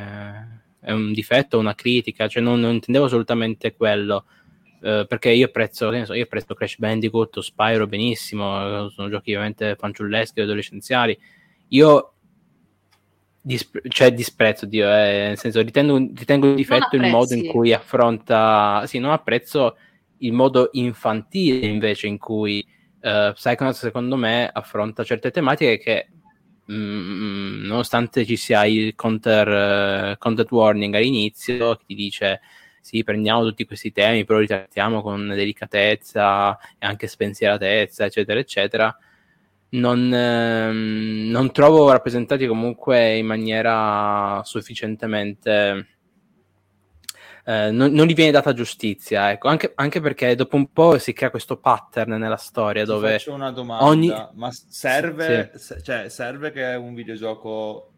è un difetto, una critica, cioè non intendevo assolutamente quello, perché io apprezzo Crash Bandicoot o Spyro benissimo, sono giochi ovviamente fanciulleschi o adolescenziali. Io disprezzo, nel senso ritengo un difetto il modo in cui affronta, non apprezzo il modo infantile invece in cui Psychonauts secondo me affronta certe tematiche che nonostante ci sia il content warning all'inizio che ti dice sì, prendiamo tutti questi temi, però li trattiamo con delicatezza e anche spensieratezza, eccetera, eccetera, non trovo rappresentati comunque in maniera sufficientemente... non gli viene data giustizia, ecco, anche perché dopo un po' si crea questo pattern nella storia Ti dove faccio una domanda, ma serve, sì. cioè, serve che un videogioco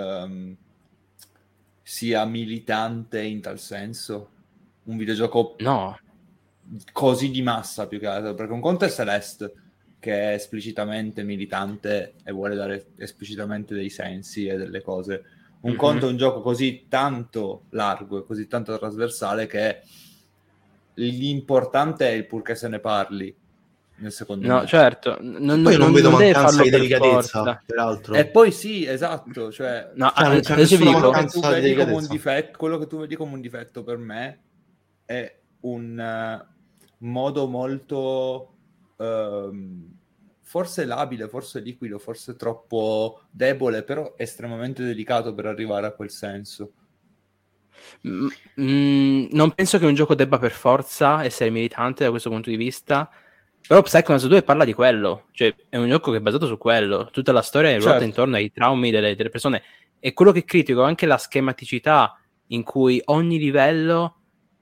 sia militante in tal senso? Un videogioco No, così di massa più che altro, perché un conto è Celeste, che è esplicitamente militante e vuole dare esplicitamente dei sensi e delle cose. Un conto è un gioco così tanto largo e così tanto trasversale che l'importante è il purché se ne parli, nel secondo no, me. certo, Poi non vedo deve mancanza farlo di per delicatezza, forza. peraltro. E poi sì, esatto, cioè, No, Cioè, non c'è adesso vi nessuna dico, quello che tu mancanza di vedi come un delicatezza. difetto, quello che tu vedi come un difetto per me è un modo molto forse labile, forse liquido, forse troppo debole, però estremamente delicato per arrivare a quel senso. non penso che un gioco debba per forza essere militante da questo punto di vista, però Psychonauts 2 parla di quello, cioè è un gioco che è basato su quello, tutta la storia è ruota Certo. intorno ai traumi delle persone, e quello che critico è anche la schematicità in cui ogni livello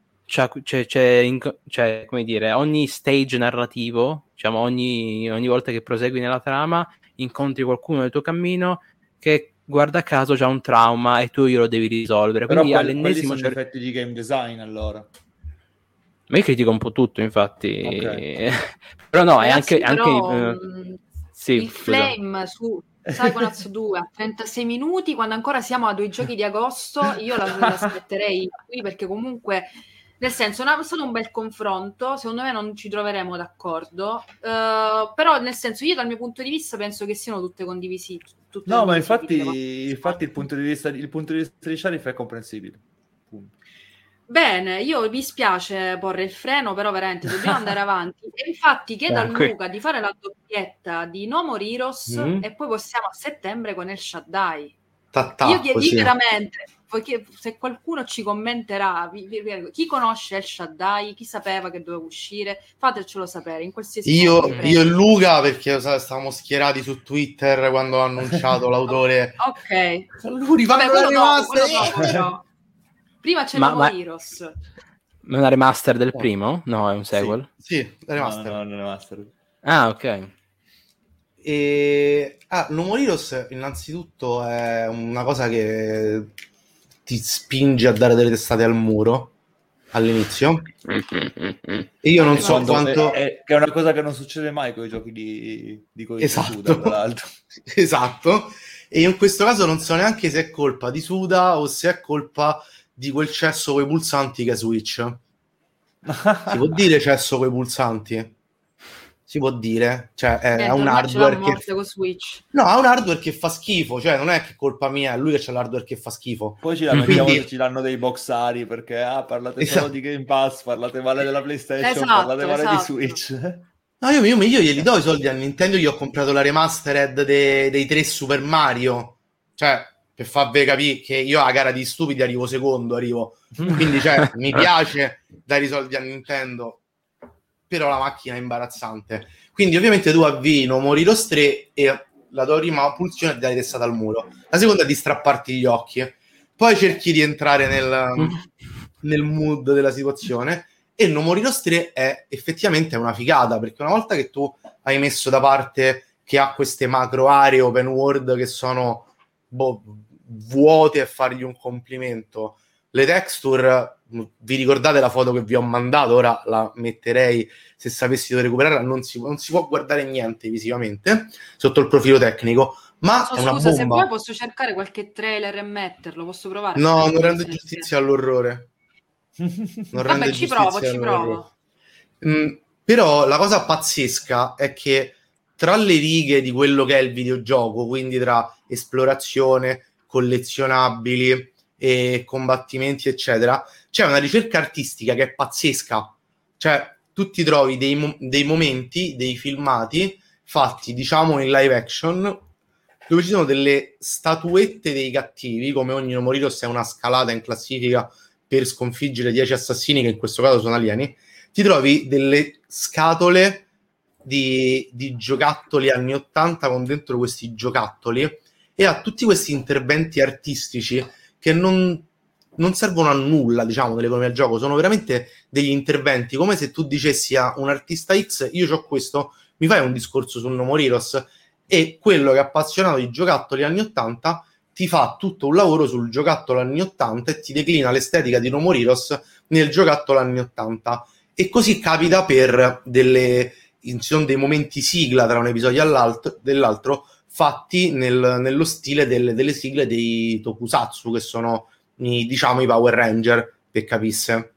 c'è, come dire, ogni stage narrativo, diciamo ogni volta che prosegui nella trama incontri qualcuno nel tuo cammino che guarda caso c'ha un trauma e tu glielo devi risolvere, Però quindi quelli all'ennesimo sono difetti di game design, allora. ma io critico un po' tutto, infatti. Ok. Però no, è Ragazzi, anche però sì, il scusa. Flame su Psychonauts 2 a 36 minuti, quando ancora siamo a 2 giochi di agosto, io l'aspetterei qui perché comunque, nel senso, è stato un bel confronto, secondo me non ci troveremo d'accordo, però nel senso io dal mio punto di vista penso che siano tutte condivisibili. No, ma infatti il punto di vista di Sharif è comprensibile. Punto. Bene, io mi spiace porre il freno, però veramente dobbiamo andare avanti. E infatti chiedo a Luca di fare la doppietta di No More Heroes e poi possiamo a settembre con El Shaddai. Io chiedo veramente, poiché se qualcuno ci commenterà, chi conosce El Shaddai, chi sapeva che doveva uscire, fatecelo sapere in qualsiasi Io modo. e Luca, perché stavamo schierati su Twitter quando ho annunciato l'autore. Ok. Lui Vabbè, quello dopo però. Prima c'è No More Heroes. Ma è una remaster del primo? No, è un sequel? Sì, la remaster. No, remaster. Ah, ok. No More Heroes innanzitutto è una cosa che ti spinge a dare delle testate al muro all'inizio. E io non so quanto... Che è una cosa che non succede mai con i giochi di esatto. Suda, tra l'altro. Esatto. E in questo caso non so neanche se è colpa di Suda o se è colpa di quel cesso coi pulsanti che è Switch. Si può dire cesso coi pulsanti? Si può dire, cioè è un hardware che con Switch. No, ha un hardware che fa schifo, cioè non è che colpa mia, è lui che c'ha l'hardware che fa schifo. Poi ci lamentiamo se ci danno dei boxari perché parlate solo di Game Pass, parlate male della PlayStation, parlate male di Switch. No, io glieli do i soldi a Nintendo, io ho comprato la remastered dei 3 Super Mario, cioè per farvi capire che io a gara di stupidi arrivo secondo, quindi cioè mi piace dare i soldi a Nintendo, però la macchina è imbarazzante. Quindi ovviamente tu avvii No More Heroes 3 e la tua prima pulsione è di dare testata al muro, la seconda è di strapparti gli occhi, poi cerchi di entrare nel mood della situazione. E No More Heroes 3 è effettivamente una figata, perché una volta che tu hai messo da parte che ha queste macro aree open world che sono vuote, e fargli un complimento, le texture, vi ricordate la foto che vi ho mandato? Ora la metterei se sapessi dove recuperarla. Non si può guardare niente visivamente sotto il profilo tecnico, ma è una bomba. Se vuoi posso cercare qualche trailer e metterlo, posso provare? No, non rende giustizia all'orrore. Vabbè, ci provo. Però la cosa pazzesca è che tra le righe di quello che è il videogioco, quindi tra esplorazione, collezionabili e combattimenti eccetera, c'è una ricerca artistica che è pazzesca. Cioè tu ti trovi dei momenti, dei filmati fatti diciamo in live action dove ci sono delle statuette dei cattivi, come ogni No More Heroes è una scalata in classifica per sconfiggere 10 assassini, che in questo caso sono alieni. Ti trovi delle scatole di giocattoli anni 80 con dentro questi giocattoli, e ha tutti questi interventi artistici che non servono a nulla, diciamo, nell'economia del gioco. Sono veramente degli interventi, come se tu dicessi a un artista X: io ho questo, mi fai un discorso su No More Heroes? E quello che è appassionato di giocattoli anni 80 ti fa tutto un lavoro sul giocattolo anni 80 e ti declina l'estetica di No More Heroes nel giocattolo anni 80. E così capita per ci sono dei momenti sigla tra un episodio dell'altro, fatti nello stile delle sigle dei tokusatsu, che sono diciamo i Power Ranger, per capisse.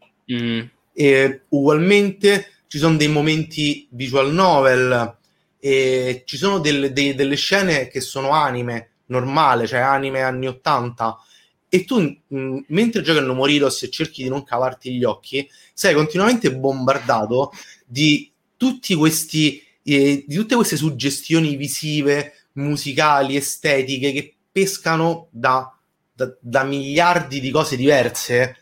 E ugualmente ci sono dei momenti visual novel, e ci sono delle scene che sono anime normale, cioè anime anni 80, e tu mentre giochi a No More Heroes e cerchi di non cavarti gli occhi, sei continuamente bombardato di tutti questi di tutte queste suggestioni visive, musicali, estetiche, che pescano da miliardi di cose diverse,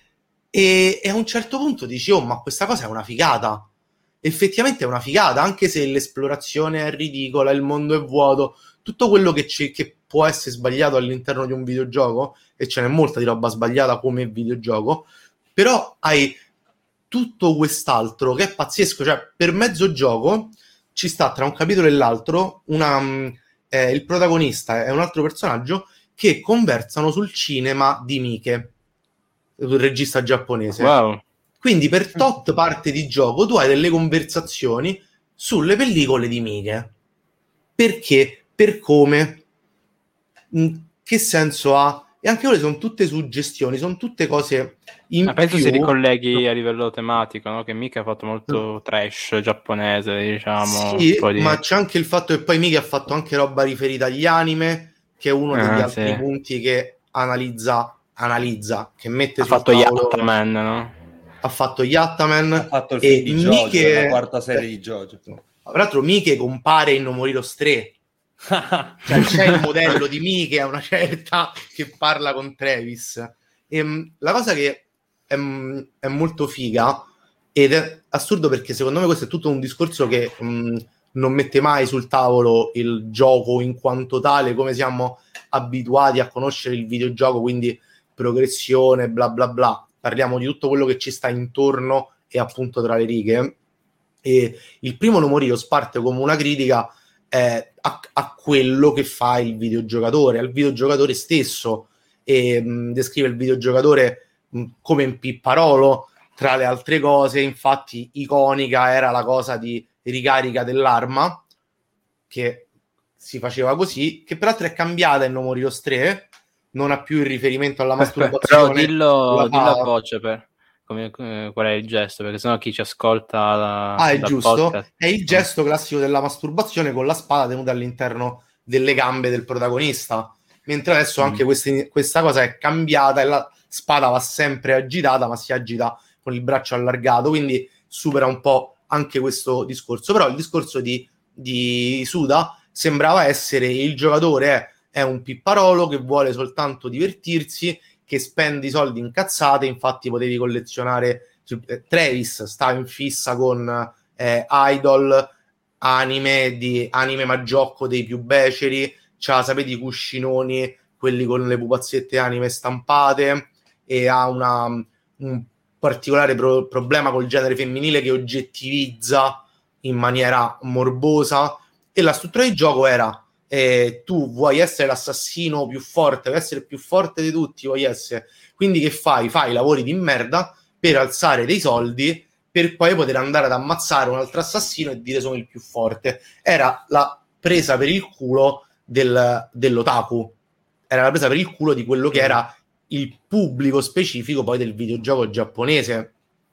e a un certo punto dici: oh, ma questa cosa è una figata. Effettivamente è una figata, anche se l'esplorazione è ridicola, il mondo è vuoto, tutto quello che può essere sbagliato all'interno di un videogioco, e ce n'è molta di roba sbagliata come videogioco, però hai tutto quest'altro che è pazzesco. Cioè, per mezzo gioco ci sta, tra un capitolo e l'altro, il protagonista è un altro personaggio che conversano sul cinema di Miike, il regista giapponese. Wow. Quindi per tot parte di gioco tu hai delle conversazioni sulle pellicole di Miike. Perché? Per come? Che senso ha? E anche quelle sono tutte suggestioni, sono tutte cose in penso più. si ricolleghi a livello tematico, no? Che Miike ha fatto molto trash giapponese, diciamo. Sì, un po' ma c'è anche il fatto che poi Miike ha fatto anche roba riferita agli anime, che è uno degli altri punti che analizza, che mette ha sul fatto tavolo. Yattaman, no? Ha fatto Yattaman, ha fatto il film di Jojo, Miike, la quarta serie di Jojo. Tra l'altro Miike compare in No More Heroes 3. Cioè c'è il modello di Miike a una certa che parla con Travis. La cosa che è molto figa, ed è assurdo perché secondo me questo è tutto un discorso che non mette mai sul tavolo il gioco in quanto tale, come siamo abituati a conoscere il videogioco, quindi progressione, bla bla bla. Parliamo di tutto quello che ci sta intorno e appunto tra le righe. E il primo No More Heroes parte come una critica a quello che fa il videogiocatore, al videogiocatore stesso, e descrive il videogiocatore come un pipparolo, tra le altre cose. Infatti iconica era la cosa di ricarica dell'arma, che si faceva così, che peraltro è cambiata in No More Heroes 3, non ha più il riferimento alla masturbazione. Però dillo a voce qual è il gesto, perché sennò chi ci ascolta è giusto, podcast. È il gesto classico della masturbazione con la spada tenuta all'interno delle gambe del protagonista, mentre adesso anche questa cosa è cambiata e la spada va sempre agitata, ma si agita con il braccio allargato, quindi supera un po' anche questo discorso. Però il discorso di Suda sembrava essere: il giocatore è un pipparolo che vuole soltanto divertirsi, che spende i soldi in cazzate. Infatti potevi collezionare Travis sta in fissa con Idol, anime ma gioco dei più beceri, c'ha, sapete, i cuscinoni, quelli con le pupazzette anime stampate, e ha un particolare problema col genere femminile che oggettivizza in maniera morbosa. E la struttura di gioco era: tu vuoi essere l'assassino più forte, vuoi essere il più forte di tutti, vuoi essere, quindi che fai? Fai lavori di merda per alzare dei soldi, per poi poter andare ad ammazzare un altro assassino e dire sono il più forte. Era la presa per il culo dell'otaku, era la presa per il culo di quello che era il pubblico specifico poi del videogioco giapponese.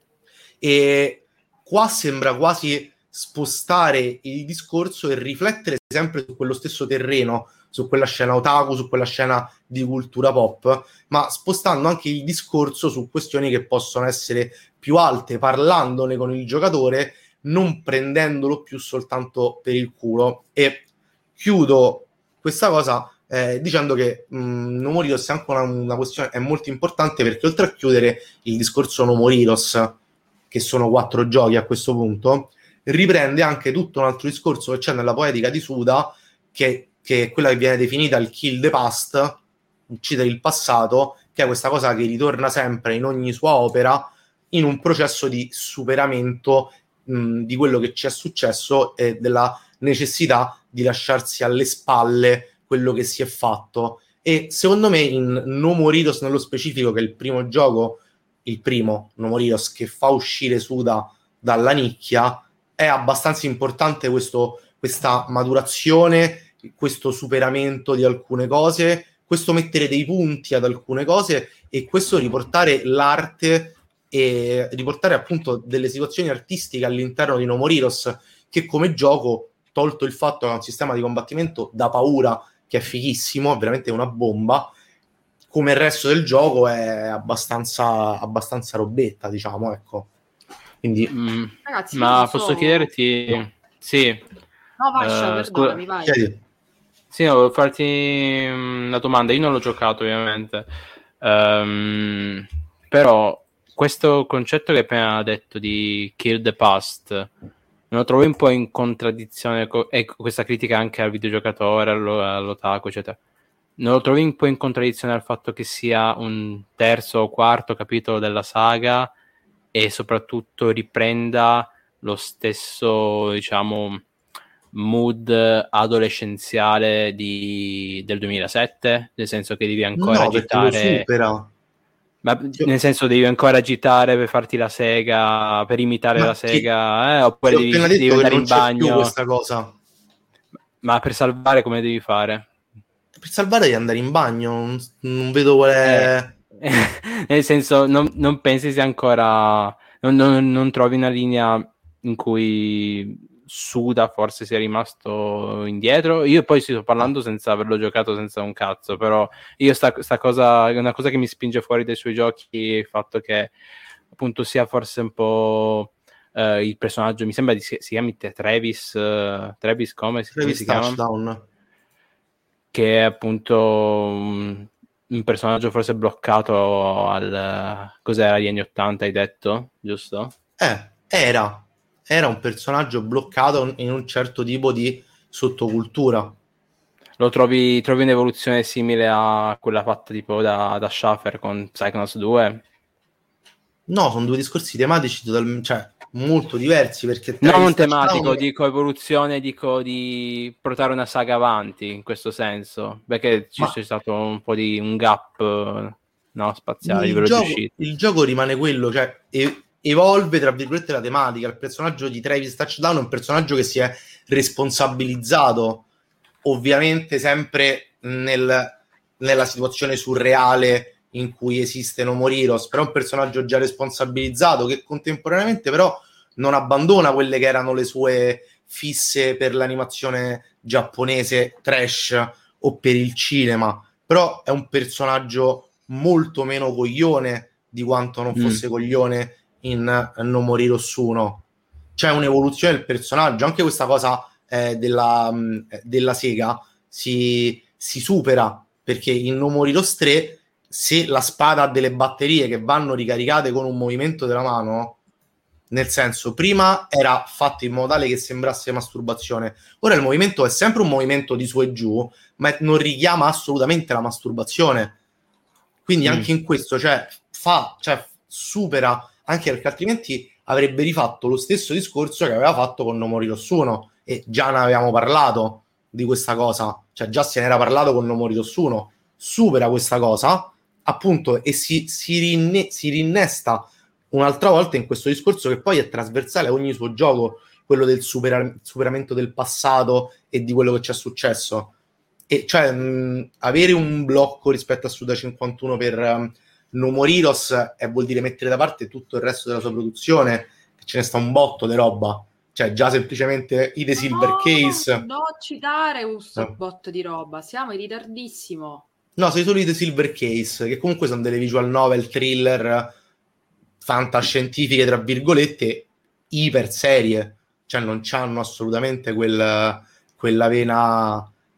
E qua sembra quasi spostare il discorso e riflettere sempre su quello stesso terreno, su quella scena otaku, su quella scena di cultura pop, ma spostando anche il discorso su questioni che possono essere più alte, parlandone con il giocatore, non prendendolo più soltanto per il culo. E chiudo questa cosa dicendo che No More Heroes è anche una questione, è molto importante, perché oltre a chiudere il discorso No More Heroes, che sono 4 giochi a questo punto, riprende anche tutto un altro discorso che c'è nella poetica di Suda, che è quella che viene definita il kill the past, uccidere il passato, che è questa cosa che ritorna sempre in ogni sua opera, in un processo di superamento di quello che ci è successo e della necessità di lasciarsi alle spalle quello che si è fatto. E secondo me in No More Heroes nello specifico, che è il primo gioco, il primo No More Heroes che fa uscire Suda dalla nicchia, è abbastanza importante questa maturazione, questo superamento di alcune cose, questo mettere dei punti ad alcune cose, e questo riportare l'arte e riportare appunto delle situazioni artistiche all'interno di No More Heroes, che come gioco, tolto il fatto che ha un sistema di combattimento da paura che è fighissimo, è veramente una bomba, come il resto del gioco è abbastanza robetta, diciamo, ecco. Quindi Ragazzi, ma posso chiederti? No. Sì. No, Vascia, perdonami, vai. Chiedi. Sì, no, volevo farti una domanda. Io non l'ho giocato, ovviamente. Però questo concetto che hai appena detto di kill the past non lo trovo un po' in contraddizione e questa critica anche al videogiocatore, all'otaku, eccetera. Non lo trovi un po' in contraddizione al fatto che sia un terzo o quarto capitolo della saga e soprattutto riprenda lo stesso, diciamo, mood adolescenziale del 2007, nel senso che devi ancora agitare, ma nel senso devi ancora agitare per farti la sega, per imitare la sega, oppure devi andare in bagno, questa cosa. Ma per salvare come devi fare? Per salvare devi andare in bagno, non vedo qual è... Nel senso, non pensi sia ancora... Non trovi una linea in cui Suda forse sia rimasto indietro? Io poi sto parlando senza averlo giocato, senza un cazzo, però io sta cosa è una cosa che mi spinge fuori dai suoi giochi, il fatto che appunto sia forse un po' il personaggio, mi sembra si chiami Travis come si chiama? Touchdown. Che è appunto un personaggio forse bloccato cos'era, agli anni 80, hai detto, giusto? Era un personaggio bloccato in un certo tipo di sottocultura. Lo trovi un'evoluzione simile a quella fatta tipo da Schaffer con Psychonauts 2? No, sono due discorsi tematici molto diversi, perché non tematico, dico evoluzione, dico di portare una saga avanti in questo senso, perché c'è stato un po' di un gap spaziale a livello di uscita. Il gioco rimane quello, cioè evolve tra virgolette la tematica. Il personaggio di Travis Touchdown è un personaggio che si è responsabilizzato, ovviamente sempre nella situazione surreale in cui esiste No More Heroes, però è un personaggio già responsabilizzato, che contemporaneamente però non abbandona quelle che erano le sue fisse per l'animazione giapponese trash o per il cinema, però è un personaggio molto meno coglione di quanto non fosse coglione in No More Heroes 1. C'è un'evoluzione del personaggio, anche questa cosa della sega si supera, perché in No More Heroes 3, se la spada ha delle batterie che vanno ricaricate con un movimento della mano, nel senso, prima era fatto in modo tale che sembrasse masturbazione, ora il movimento è sempre un movimento di su e giù, ma non richiama assolutamente la masturbazione. Quindi anche in questo supera, anche perché altrimenti avrebbe rifatto lo stesso discorso che aveva fatto con No More Heroes 1, e già ne avevamo parlato di questa cosa, cioè già se ne era parlato con No More Heroes 1. Supera questa cosa appunto e si rinnesta un'altra volta in questo discorso, che poi è trasversale a ogni suo gioco, quello del superamento del passato e di quello che ci è successo. E cioè avere un blocco rispetto a Suda 51 per No More Heroes vuol dire mettere da parte tutto il resto della sua produzione, che ce ne sta un botto di roba, cioè già semplicemente i The Silver Case. No, citare questo botto di roba, siamo in ritardissimo. No, sei solo i The Silver Case, che comunque sono delle visual novel, thriller, fantascientifiche, tra virgolette, iper serie, cioè non c'hanno assolutamente quella vena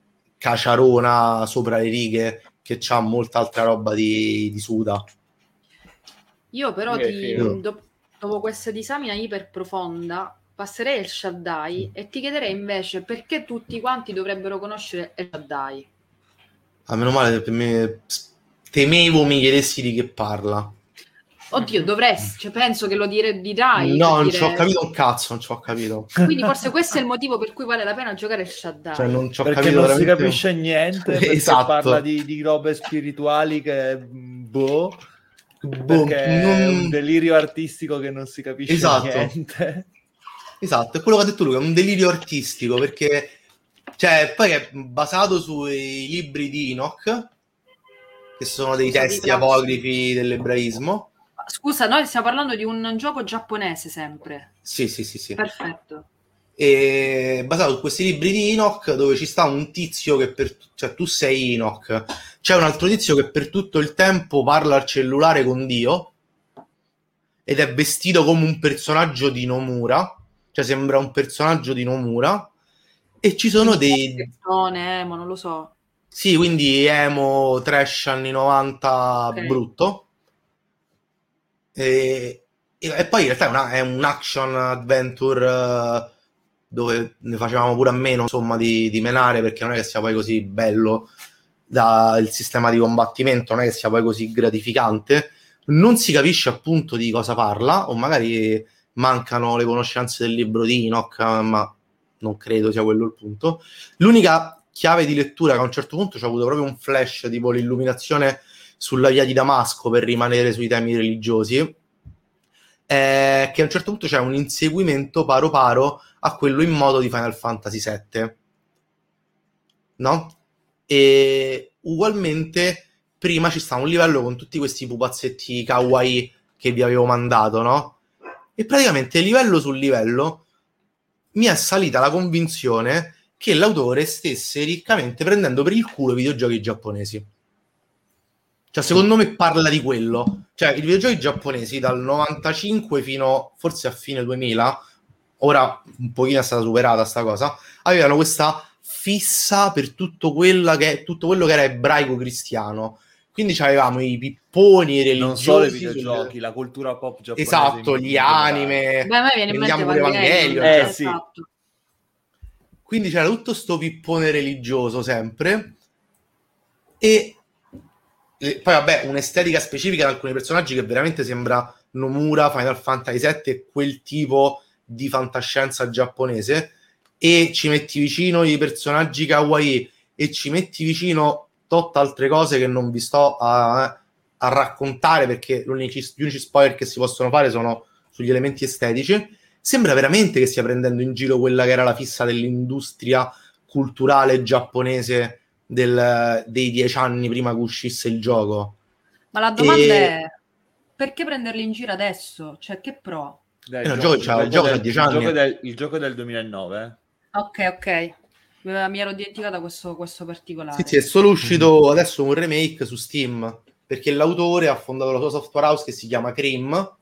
caciarona sopra le righe che c'ha molta altra roba di Suda. Io però Io- dopo questa disamina iper profonda passerei al Shaddai e ti chiederei invece perché tutti quanti dovrebbero conoscere El Shaddai. A meno male, per me, temevo mi chiedessi di che parla. Oddio, dovresti, cioè, penso che lo dirai. No, per non dire... ci ho capito un cazzo, non ci ho capito. Quindi forse questo è il motivo per cui vale la pena giocare il Shaddai. Cioè, non ci ho Perché capito non si veramente. capisce niente, perché Esatto. parla di robe spirituali che Boh, perché è non- un delirio artistico che non si capisce Esatto. niente. Esatto, è quello che ha detto lui, è un delirio artistico, perché cioè, poi è basato sui libri di Enoch, che sono dei Scusa, testi Vitra. apocrifi dell'ebraismo. Scusa, noi stiamo parlando di un gioco giapponese sempre. Sì. Perfetto. E è basato su questi libri di Enoch, dove ci sta un tizio che cioè tu sei Enoch, c'è un altro tizio che per tutto il tempo parla al cellulare con Dio ed è vestito come un personaggio di Nomura, cioè sembra un personaggio di Nomura, e ci sono dei... Persone, non lo so. Sì, quindi emo, trash anni 90, Ok. brutto. E poi in realtà è un action adventure dove ne facevamo pure a meno, insomma, di menare, perché non è che sia poi così bello il sistema di combattimento, non è che sia poi così gratificante. Non si capisce appunto di cosa parla, o magari mancano le conoscenze del libro di Enoch, ma non credo sia quello il punto. L'unica chiave di lettura che a un certo punto c'è avuto proprio un flash, tipo l'illuminazione sulla via di Damasco, per rimanere sui temi religiosi, è che a un certo punto c'è un inseguimento paro paro a quello in modo di Final Fantasy VII, no? E ugualmente prima ci sta un livello con tutti questi pupazzetti kawaii che vi avevo mandato, no? E praticamente livello su livello mi è salita la convinzione che l'autore stesse riccamente prendendo per il culo i videogiochi giapponesi. Cioè, secondo me parla di quello. Cioè, i videogiochi giapponesi dal 95 fino forse a fine 2000, ora un pochino è stata superata sta cosa, avevano questa fissa per tutto quello che era ebraico cristiano. Quindi avevamo i pipponi religiosi. Non solo i videogiochi, la cultura pop giapponese. Esatto, gli anime. Beh, a me viene in mente pure Evangelion. Evangelion. Sì. Esatto. Quindi c'era tutto sto pippone religioso sempre. E poi vabbè, un'estetica specifica di alcuni personaggi che veramente sembra Nomura, Final Fantasy VII e quel tipo di fantascienza giapponese, e ci metti vicino i personaggi kawaii e ci metti vicino tot altre cose che non vi sto a raccontare, perché gli unici spoiler che si possono fare sono sugli elementi estetici. Sembra veramente che stia prendendo in giro quella che era la fissa dell'industria culturale giapponese dei 10 anni prima che uscisse il gioco. Ma la domanda è: perché prenderli in giro adesso? Cioè, che pro? Il gioco ha 10 anni. Il gioco è del 2009. Ok. Mi ero dimenticata questo particolare. Sì, è solo uscito adesso un remake su Steam, perché l'autore ha fondato la sua software house che si chiama Cream,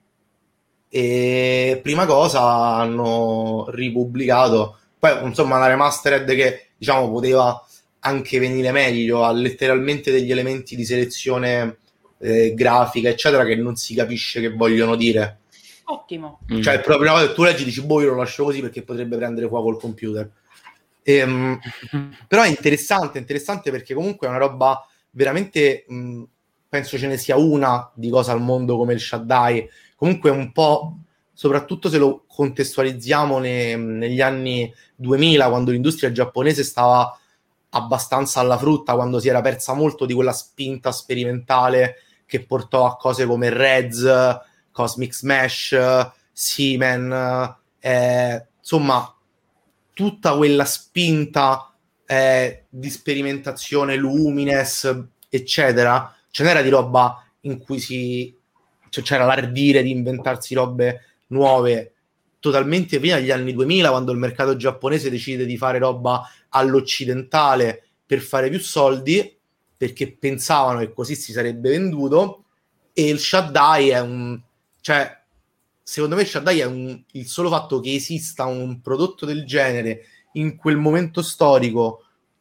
e prima cosa hanno ripubblicato, poi insomma una remastered che diciamo poteva anche venire meglio, ha letteralmente degli elementi di selezione grafica eccetera che non si capisce che vogliono dire. Ottimo. Cioè proprio tu leggi e dici boh, io lo lascio così perché potrebbe prendere fuoco il computer. Però è interessante perché comunque è una roba veramente, penso ce ne sia una di cosa al mondo come il Shaddai, comunque un po', soprattutto se lo contestualizziamo negli anni 2000, quando l'industria giapponese stava abbastanza alla frutta, quando si era persa molto di quella spinta sperimentale che portò a cose come Rez, Cosmic Smash, Seaman, insomma tutta quella spinta di sperimentazione, Lumines, eccetera. Ce n'era di roba in cui c'era l'ardire di inventarsi robe nuove totalmente prima degli anni 2000, quando il mercato giapponese decide di fare roba all'occidentale per fare più soldi, perché pensavano che così si sarebbe venduto. E il Shaddai cioè secondo me Shaddai è il solo fatto che esista un prodotto del genere in quel momento storico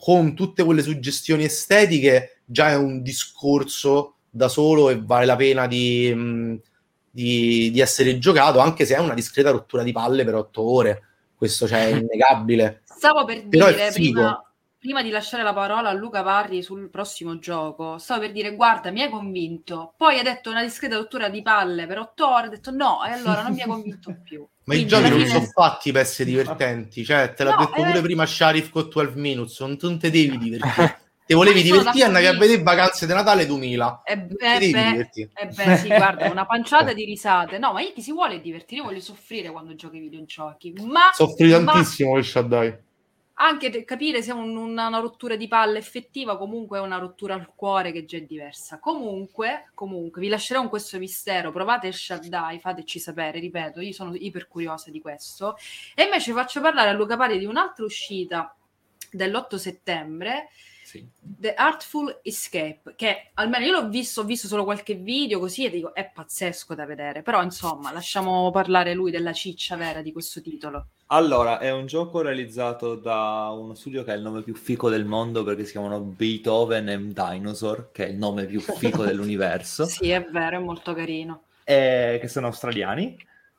con tutte quelle suggestioni estetiche già è un discorso da solo e vale la pena di essere giocato, anche se è una discreta rottura di palle per 8 ore. Questo è innegabile. Stavo per Però dire, è figo. prima di lasciare la parola a Luca Parri sul prossimo gioco, stavo per dire, guarda, mi hai convinto. Poi hai detto una discreta rottura di palle per 8 ore, ho detto no, e allora non mi ha convinto più. Ma Quindi i giochi alla non fine- sono fatti per essere divertenti, cioè te l'ha No, detto pure prima Sharif con 12 Minutes, non te devi divertire. Te volevi sono divertire, andavi a vedere d'accordissimo. Vacanze di Natale 2000. Ti devi divertire. Sì, guarda, una panciata di risate. No, ma chi si vuole divertire? Io voglio soffrire quando gioco ai videogiochi. Soffri tantissimo con Shaddai. Anche capire se è una rottura di palle effettiva, comunque è una rottura al cuore che già è diversa. Comunque, vi lascerò con questo mistero. Provate il Shaddai, fateci sapere, ripeto, io sono iper curiosa di questo. E invece faccio parlare a Luca Pari di un'altra uscita dell'8 settembre, The Artful Escape, che almeno io ho visto solo qualche video così e dico è pazzesco da vedere, però insomma lasciamo parlare lui della ciccia vera di questo titolo. Allora, è un gioco realizzato da uno studio che ha il nome più fico del mondo, perché si chiamano Beethoven and Dinosaur, che è il nome più fico dell'universo. Sì, è vero, è molto carino. Che sono australiani,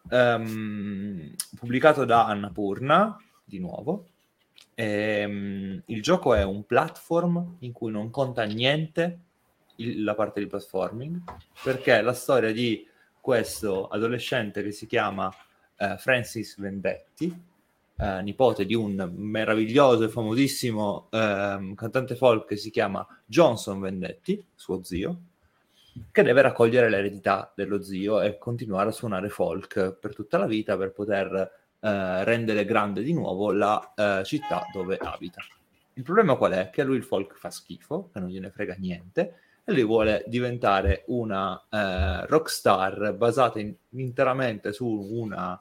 pubblicato da Annapurna, di nuovo. Il gioco è un platform in cui non conta niente la parte di platforming, perché è la storia di questo adolescente che si chiama Francis Vendetti, nipote di un meraviglioso e famosissimo cantante folk che si chiama Johnson Vendetti, suo zio, che deve raccogliere l'eredità dello zio e continuare a suonare folk per tutta la vita per poter rendere grande di nuovo la città dove abita. Il problema qual è? Che a lui il folk fa schifo, che non gliene frega niente, e lui vuole diventare una rockstar basata interamente su una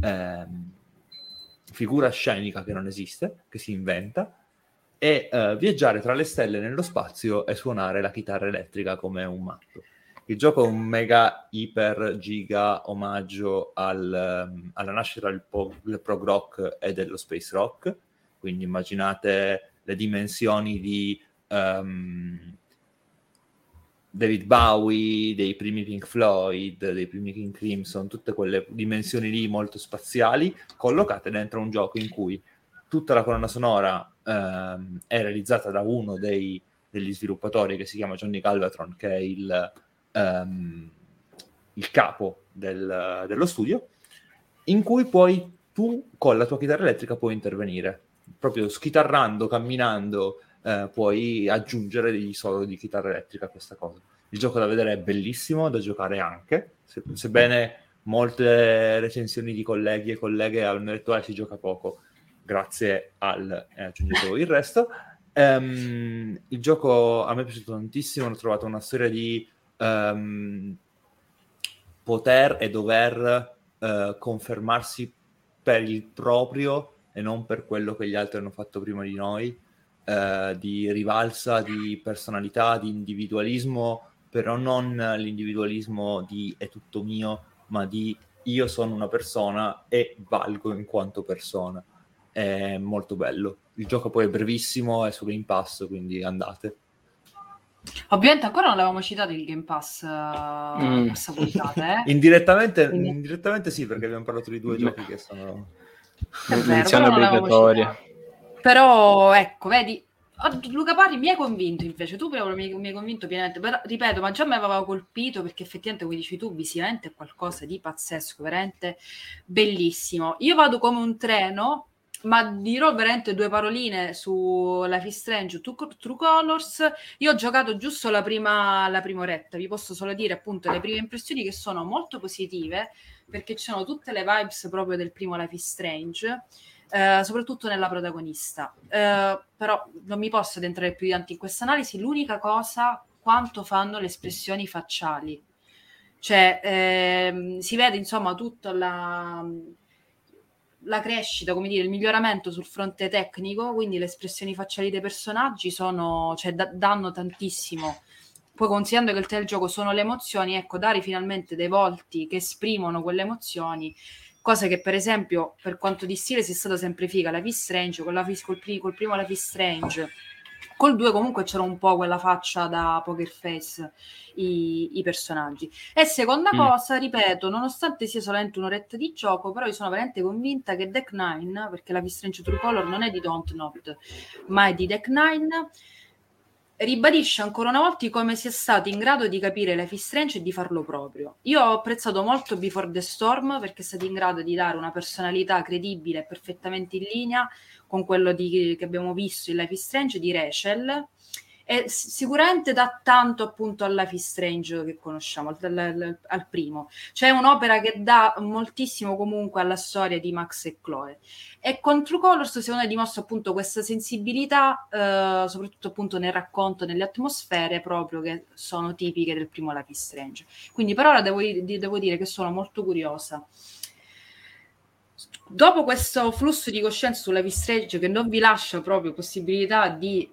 figura scenica che non esiste, che si inventa, e viaggiare tra le stelle nello spazio e suonare la chitarra elettrica come un matto. Il gioco è un mega iper giga omaggio alla nascita del prog rock e dello space rock, quindi immaginate le dimensioni di David Bowie, dei primi Pink Floyd, dei primi King Crimson, tutte quelle dimensioni lì molto spaziali collocate dentro un gioco in cui tutta la colonna sonora è realizzata da uno degli sviluppatori che si chiama Johnny Galvatron, che è il capo dello studio, in cui poi tu con la tua chitarra elettrica puoi intervenire, proprio schitarrando, camminando, puoi aggiungere degli solo di chitarra elettrica a questa cosa. Il gioco da vedere è bellissimo, da giocare anche, sebbene molte recensioni di colleghi e colleghe hanno detto si gioca poco, grazie al aggiungevo il resto. Il gioco a me è piaciuto tantissimo, ho trovato una storia di poter e dover confermarsi per il proprio e non per quello che gli altri hanno fatto prima di noi, di rivalsa, di personalità, di individualismo, però non l'individualismo di è tutto mio, ma di io sono una persona e valgo in quanto persona. È molto bello. Il gioco poi è brevissimo, è su Game Pass, quindi andate. Ovviamente ancora non l'avevamo citato il Game Pass questa puntata, Indirettamente sì, perché abbiamo parlato di due giochi che sono menzione obbligatoria. Però ecco, vedi, Luca Parri mi hai convinto invece, tu prima mi hai convinto pienamente, però, ripeto, ma già mi aveva colpito perché effettivamente, come dici tu, visivamente è qualcosa di pazzesco, veramente bellissimo. Io vado come un treno, ma dirò veramente due paroline su Life is Strange, True Colors. Io ho giocato giusto la prima oretta, vi posso solo dire appunto le prime impressioni che sono molto positive, perché ci sono tutte le vibes proprio del primo Life is Strange, soprattutto nella protagonista. Però non mi posso addentrare più di tanto in questa analisi. L'unica cosa, quanto fanno le espressioni facciali. Cioè, si vede insomma tutta la crescita, come dire, il miglioramento sul fronte tecnico, quindi le espressioni facciali dei personaggi sono, cioè, danno tantissimo. Poi considerando che il telegioco sono le emozioni, ecco, dare finalmente dei volti che esprimono quelle emozioni, cosa che per esempio per quanto di stile sia stata sempre figa Life is Strange, col primo Life is Strange Col 2 comunque c'era un po' quella faccia da poker face i personaggi. E seconda cosa, ripeto, nonostante sia solamente un'oretta di gioco, però io sono veramente convinta che Deck Nine, perché la Strange True Color non è di Dontnod, ma è di Deck Nine, ribadisce ancora una volta come sia stato in grado di capire Life is Strange e di farlo proprio. Io ho apprezzato molto Before the Storm perché è stato in grado di dare una personalità credibile e perfettamente in linea con quello che abbiamo visto in Life is Strange di Rachel, e sicuramente dà tanto appunto al Life is Strange che conosciamo, al primo. C'è un'opera che dà moltissimo comunque alla storia di Max e Chloe. E con True Colors secondo me dimostra appunto questa sensibilità, soprattutto appunto nel racconto, nelle atmosfere proprio che sono tipiche del primo Life is Strange. Quindi per ora devo dire che sono molto curiosa. Dopo questo flusso di coscienza sulla Life is Strange che non vi lascia proprio possibilità di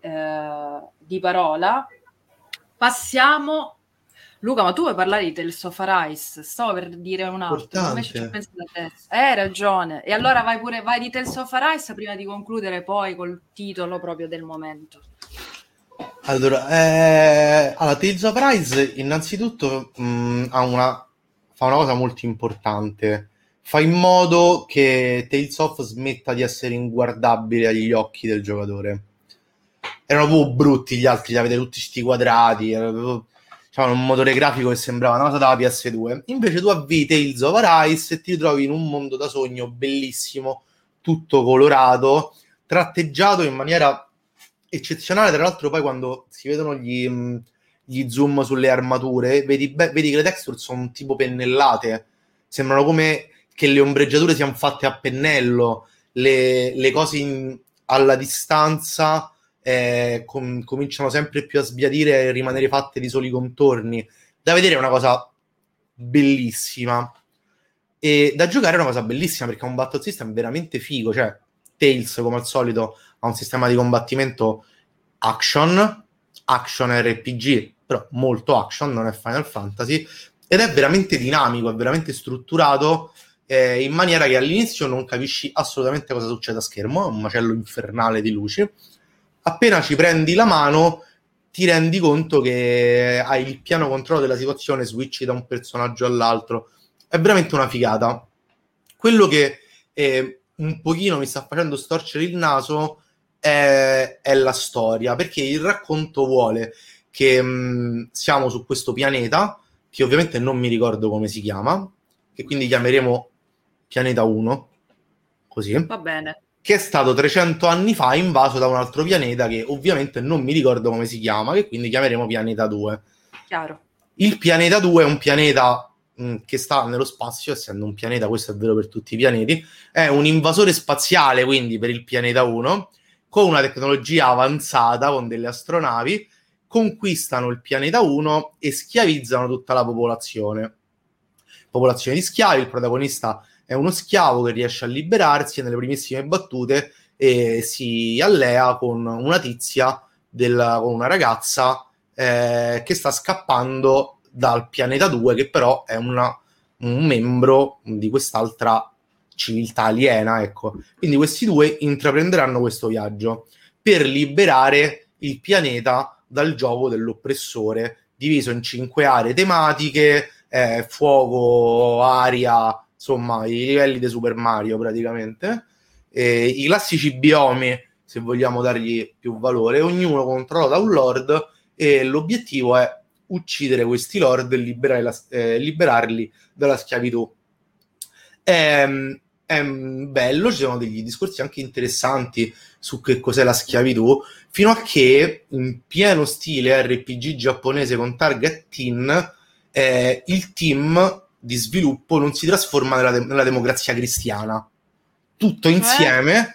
parola, passiamo. Luca, ma tu vuoi parlare di Tales of Arise? Stavo per dire un altro, invece ci ho pensato adesso. Hai ragione. E allora vai di Tales of Arise prima di concludere poi col titolo proprio del momento. Allora, Tales of Arise innanzitutto fa una cosa molto importante. Fa in modo che Tales of smetta di essere inguardabile agli occhi del giocatore. Erano proprio brutti gli altri da vedere tutti sti quadrati, c'avevano un motore grafico che sembrava una cosa dalla PS2. Invece tu avvii Tales of Arise e ti ritrovi in un mondo da sogno bellissimo, tutto colorato, tratteggiato in maniera eccezionale. Tra l'altro poi quando si vedono gli zoom sulle armature, vedi che le texture sono tipo pennellate, sembrano come che le ombreggiature siano fatte a pennello, le cose alla distanza cominciano sempre più a sbiadire e rimanere fatte di soli contorni. Da vedere è una cosa bellissima, e da giocare è una cosa bellissima perché è un battle system veramente figo. Cioè Tales, come al solito, ha un sistema di combattimento action RPG, però molto action, non è Final Fantasy, ed è veramente dinamico, è veramente strutturato in maniera che all'inizio non capisci assolutamente cosa succede a schermo, è un macello infernale di luci. Appena ci prendi la mano ti rendi conto che hai il pieno controllo della situazione, switchi da un personaggio all'altro, è veramente una figata. Quello che un pochino mi sta facendo storcere il naso è la storia, perché il racconto vuole che siamo su questo pianeta, che ovviamente non mi ricordo come si chiama, che quindi chiameremo Pianeta 1, così. Va bene. Che è stato 300 anni fa invaso da un altro pianeta che ovviamente non mi ricordo come si chiama, che quindi chiameremo Pianeta 2. Chiaro. Il Pianeta 2 è un pianeta che sta nello spazio, essendo un pianeta, questo è vero per tutti i pianeti, è un invasore spaziale, quindi per il Pianeta 1, con una tecnologia avanzata, con delle astronavi, conquistano il Pianeta 1 e schiavizzano tutta la popolazione. Popolazione di schiavi, il protagonista è uno schiavo che riesce a liberarsi e nelle primissime battute si allea con una tizia, con una ragazza che sta scappando dal Pianeta 2, che però è un membro di quest'altra civiltà aliena, ecco. Quindi questi due intraprenderanno questo viaggio per liberare il pianeta dal gioco dell'oppressore, diviso in 5 aree tematiche, fuoco, aria, insomma i livelli di Super Mario praticamente, i classici biomi, se vogliamo dargli più valore, ognuno controllato da un lord, e l'obiettivo è uccidere questi lord e liberarli dalla schiavitù. È bello, ci sono degli discorsi anche interessanti su che cos'è la schiavitù, fino a che in pieno stile RPG giapponese con target teen il team di sviluppo non si trasforma nella democrazia cristiana. Tutto insieme,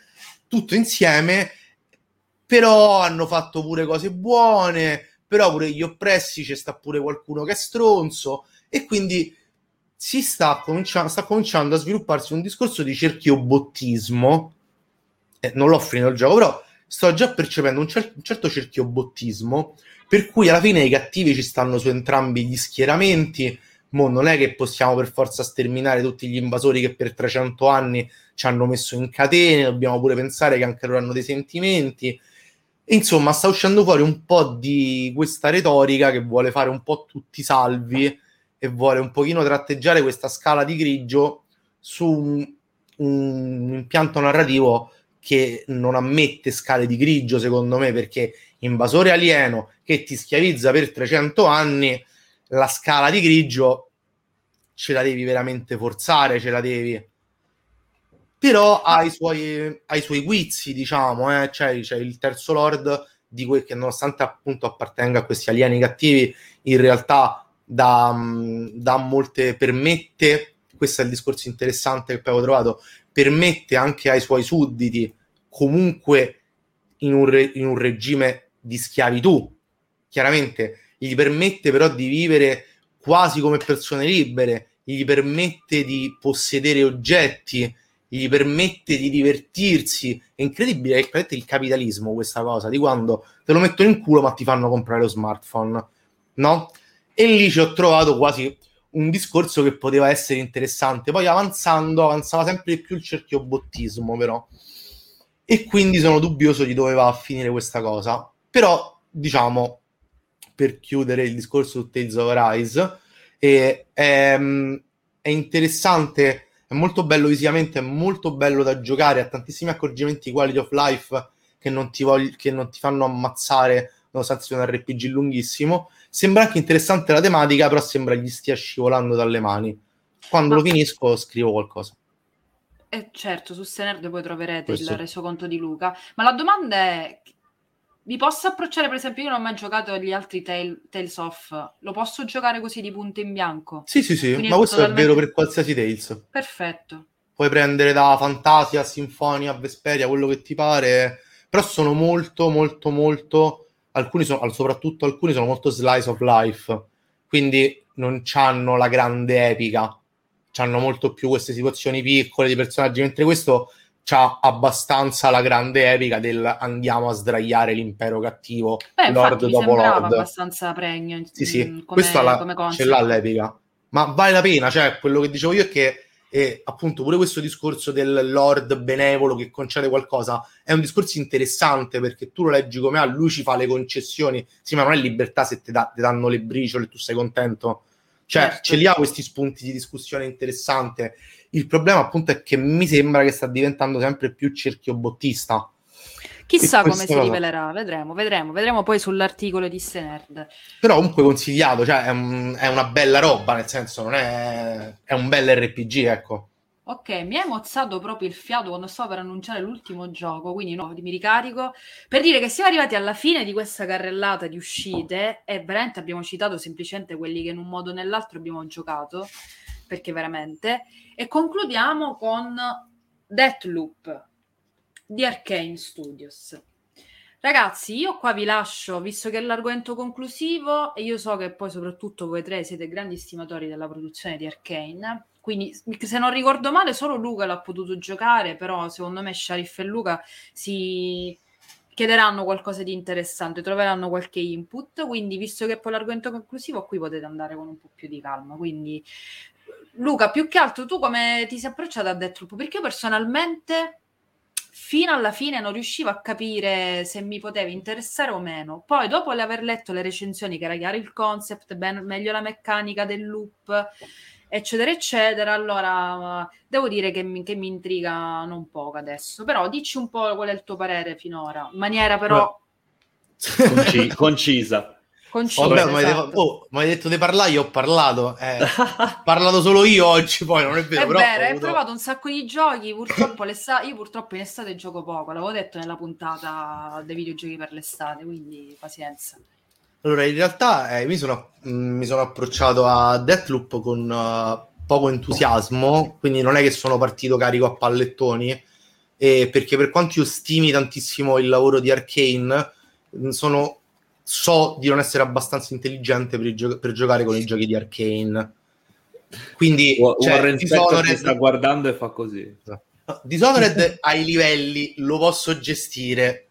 però hanno fatto pure cose buone, però pure gli oppressi c'è sta pure qualcuno che è stronzo, e quindi sta cominciando a svilupparsi un discorso di cerchiobottismo. Non l'ho finito il gioco, però sto già percependo un certo cerchiobottismo, per cui alla fine i cattivi ci stanno su entrambi gli schieramenti. Non è che possiamo per forza sterminare tutti gli invasori che per 300 anni ci hanno messo in catene, dobbiamo pure pensare che anche loro hanno dei sentimenti. E insomma sta uscendo fuori un po' di questa retorica che vuole fare un po' tutti salvi e vuole un pochino tratteggiare questa scala di grigio su un impianto narrativo che non ammette scale di grigio, secondo me, perché invasore alieno che ti schiavizza per 300 anni, la scala di grigio ce la devi veramente forzare, ce la devi. Però ha i suoi guizzi, diciamo, c'è il terzo lord di quel che, nonostante appunto appartenga a questi alieni cattivi, in realtà dà molte, permette, questo è il discorso interessante che poi ho trovato, permette anche ai suoi sudditi, comunque in un regime di schiavitù, chiaramente, gli permette però di vivere quasi come persone libere, gli permette di possedere oggetti, gli permette di divertirsi. È incredibile, è il capitalismo, questa cosa di quando te lo mettono in culo ma ti fanno comprare lo smartphone, no? E lì ci ho trovato quasi un discorso che poteva essere interessante. Poi avanzava sempre di più il cerchiobottismo, però, e quindi sono dubbioso di dove va a finire questa cosa. Però, diciamo, per chiudere il discorso su Tales of Arise, è interessante, è molto bello visivamente, è molto bello da giocare, ha tantissimi accorgimenti quality of life che non ti fanno ammazzare, nonostante sia un RPG lunghissimo. Sembra anche interessante la tematica, però sembra gli stia scivolando dalle mani. Quando lo finisco scrivo qualcosa. Certo, su Stenerd poi troverete il resoconto di Luca. Ma la domanda è: vi posso approcciare, per esempio, io non ho mai giocato agli altri Tales of, lo posso giocare così di punto in bianco? Sì, quindi ma questo totalmente... è vero per qualsiasi Tales. Perfetto. Puoi prendere da Fantasia, Sinfonia, Vesperia, quello che ti pare, però sono molto, molto, molto... soprattutto alcuni sono molto slice of life, quindi non c'hanno la grande epica, c'hanno molto più queste situazioni piccole di personaggi, mentre questo c'ha abbastanza la grande epica del andiamo a sdraiare l'impero cattivo, lord dopo lord. Abbastanza pregno. Sì, questo ce l'ha l'epica, ma vale la pena, cioè quello che dicevo io è che appunto pure questo discorso del lord benevolo che concede qualcosa è un discorso interessante, perché tu lo leggi come lui ci fa le concessioni, sì, ma non è libertà se ti danno le briciole e tu sei contento, cioè certo. Ce li ha questi spunti di discussione interessante. Il problema appunto è che mi sembra che sta diventando sempre più cerchiobottista. Chissà come si rivelerà, vedremo poi sull'articolo di Stenerd. Però comunque consigliato, cioè è una bella roba, nel senso non è un bel RPG, ecco. Ok, mi ha mozzato proprio il fiato quando stavo per annunciare l'ultimo gioco, quindi no, mi ricarico per dire che siamo arrivati alla fine di questa carrellata di uscite e veramente abbiamo citato semplicemente quelli che in un modo o nell'altro abbiamo giocato, perché veramente, e concludiamo con Deathloop di Arcane Studios. Ragazzi, io qua vi lascio, visto che è l'argomento conclusivo, e io so che poi soprattutto voi tre siete grandi estimatori della produzione di Arcane, quindi se non ricordo male solo Luca l'ha potuto giocare, però secondo me Sharif e Luca si chiederanno qualcosa di interessante, troveranno qualche input, quindi visto che è poi l'argomento conclusivo qui potete andare con un po' più di calma. Quindi Luca, più che altro tu come ti sei approcciato a Deathloop? Perché io personalmente fino alla fine non riuscivo a capire se mi potevi interessare o meno. Poi dopo aver letto le recensioni, che era chiaro il concept, meglio la meccanica del loop, eccetera eccetera, allora devo dire che mi intriga non poco adesso. Però dici un po' qual è il tuo parere finora, in maniera però concisa. Vabbè, esatto. Ma hai detto di parlare, io ho parlato. Ho parlato solo io oggi, poi non è vero. È vero, hai provato un sacco di giochi, purtroppo io purtroppo in estate gioco poco, l'avevo detto nella puntata dei videogiochi per l'estate, quindi pazienza. Allora, in realtà mi sono approcciato a Deathloop con poco entusiasmo, quindi non è che sono partito carico a pallettoni, perché per quanto io stimi tantissimo il lavoro di Arcane, so di non essere abbastanza intelligente per giocare con i giochi di Arcane. Quindi Dishonored sta guardando e fa così. Dishonored ai livelli lo posso gestire.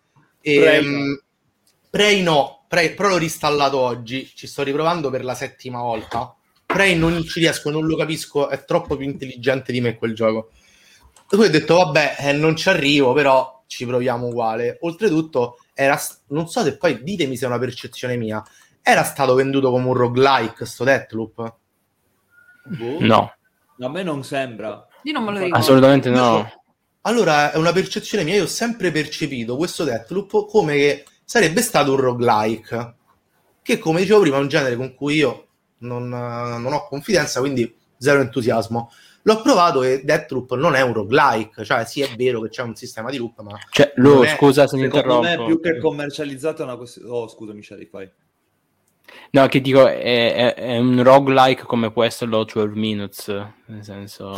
Prey no, però l'ho ristallato oggi, ci sto riprovando per la 7ª volta. Prey non ci riesco, non lo capisco, è troppo più intelligente di me quel gioco. Poi ho detto vabbè, non ci arrivo, però ci proviamo uguale. Oltretutto, non so se poi ditemi se è una percezione mia, era stato venduto come un roguelike sto Deathloop? No. A me non sembra. Io non me lo ricordo. Assolutamente no. Allora, è una percezione mia, io ho sempre percepito questo Deathloop come che sarebbe stato un roguelike, che come dicevo prima è un genere con cui io non ho confidenza, quindi zero entusiasmo. L'ho provato e Deathloop non è un roguelike, cioè sì, è vero che c'è un sistema di loop, ma Cioè, scusa se mi secondo interrompo. me più che commercializzato è una questione... Oh, scusa Michele, fai. No, che dico, è un roguelike come può esserlo 12 Minutes, nel senso...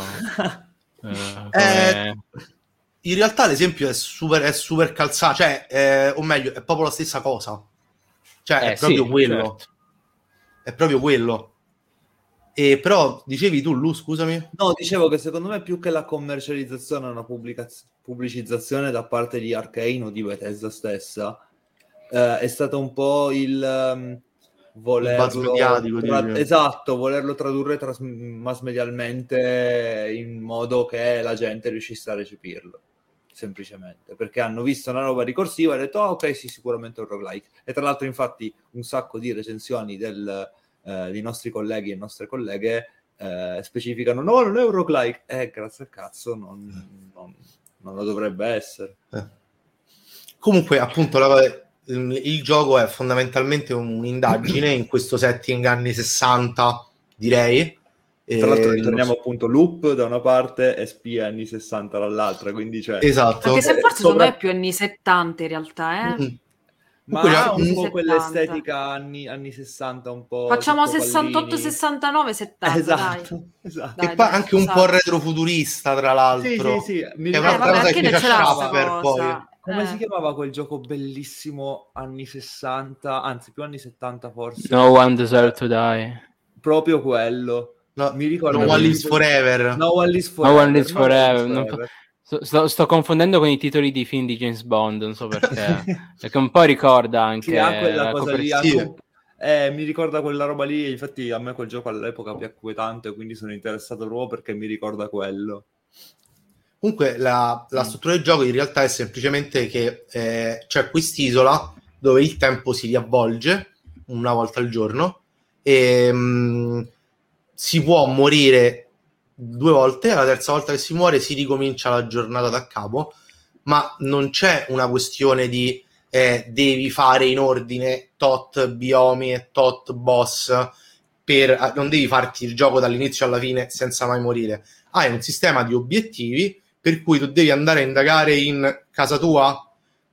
in realtà l'esempio è super calzato, cioè, o meglio, è proprio la stessa cosa. Cioè, è proprio sì, quello. certo. È proprio quello. E però, dicevi tu, Lu, scusami? No, dicevo che secondo me più che la commercializzazione è una pubblicizzazione da parte di Arcane o di Bethesda stessa, è stato un po' il volerlo volerlo tradurre mass medialmente in modo che la gente riuscisse a recepirlo, semplicemente perché hanno visto una roba ricorsiva e hanno detto ok, sì, sicuramente è un roguelike. E tra l'altro infatti un sacco di recensioni dei nostri colleghi e nostre colleghe specificano no, non è un roguelike, grazie al cazzo, non lo dovrebbe essere. Comunque appunto il gioco è fondamentalmente un'indagine in questo setting anni 60, direi. Tra l'altro ritorniamo appunto loop da una parte e spia anni 60 dall'altra, quindi cioè... Esatto. Anche se forse secondo me è più anni 70 in realtà, Ma ha un po' quell'estetica anni 60 un po'... Facciamo 68, 69, 70, esatto. E poi anche un po' retrofuturista, tra l'altro. Sì. È un'altra cosa che piace a Shaffer, poi. Come si chiamava quel gioco bellissimo anni 60, anzi più anni 70 forse? No One Deserves to Die. Proprio quello. No, mi ricordo. No One Lives Forever. No One Lives Forever. Sto confondendo con i titoli di film di James Bond, non so perché. Perché un po' ricorda anche... Sì, quella cosa lì. Mi ricorda quella roba lì, infatti a me quel gioco all'epoca piacque tanto e quindi sono interessato proprio perché mi ricorda quello. Comunque la struttura del gioco in realtà è semplicemente che c'è quest'isola dove il tempo si riavvolge una volta al giorno e si può morire 2 volte, la terza volta che si muore si ricomincia la giornata da capo, ma non c'è una questione di devi fare in ordine tot biomi e tot boss, non devi farti il gioco dall'inizio alla fine senza mai morire. Hai un sistema di obiettivi per cui tu devi andare a indagare in casa tua,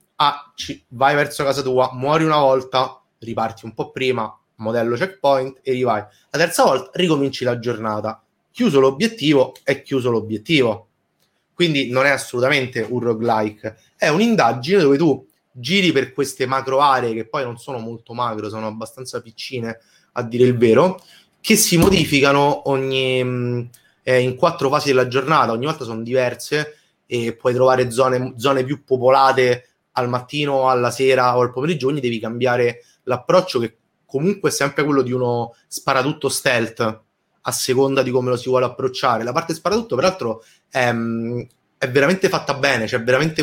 vai verso casa tua, muori una volta, riparti un po' prima, modello checkpoint e rivai. La terza volta ricominci la giornata. Chiuso l'obiettivo, è chiuso l'obiettivo. Quindi non è assolutamente un roguelike, è un'indagine dove tu giri per queste macro aree che poi non sono molto macro, sono abbastanza piccine a dire il vero, che si modificano in 4 fasi della giornata, ogni volta sono diverse e puoi trovare zone più popolate al mattino, alla sera o al pomeriggio, quindi devi cambiare l'approccio, che comunque è sempre quello di uno sparatutto stealth a seconda di come lo si vuole approcciare. La parte sparatutto peraltro è veramente fatta bene, c'è veramente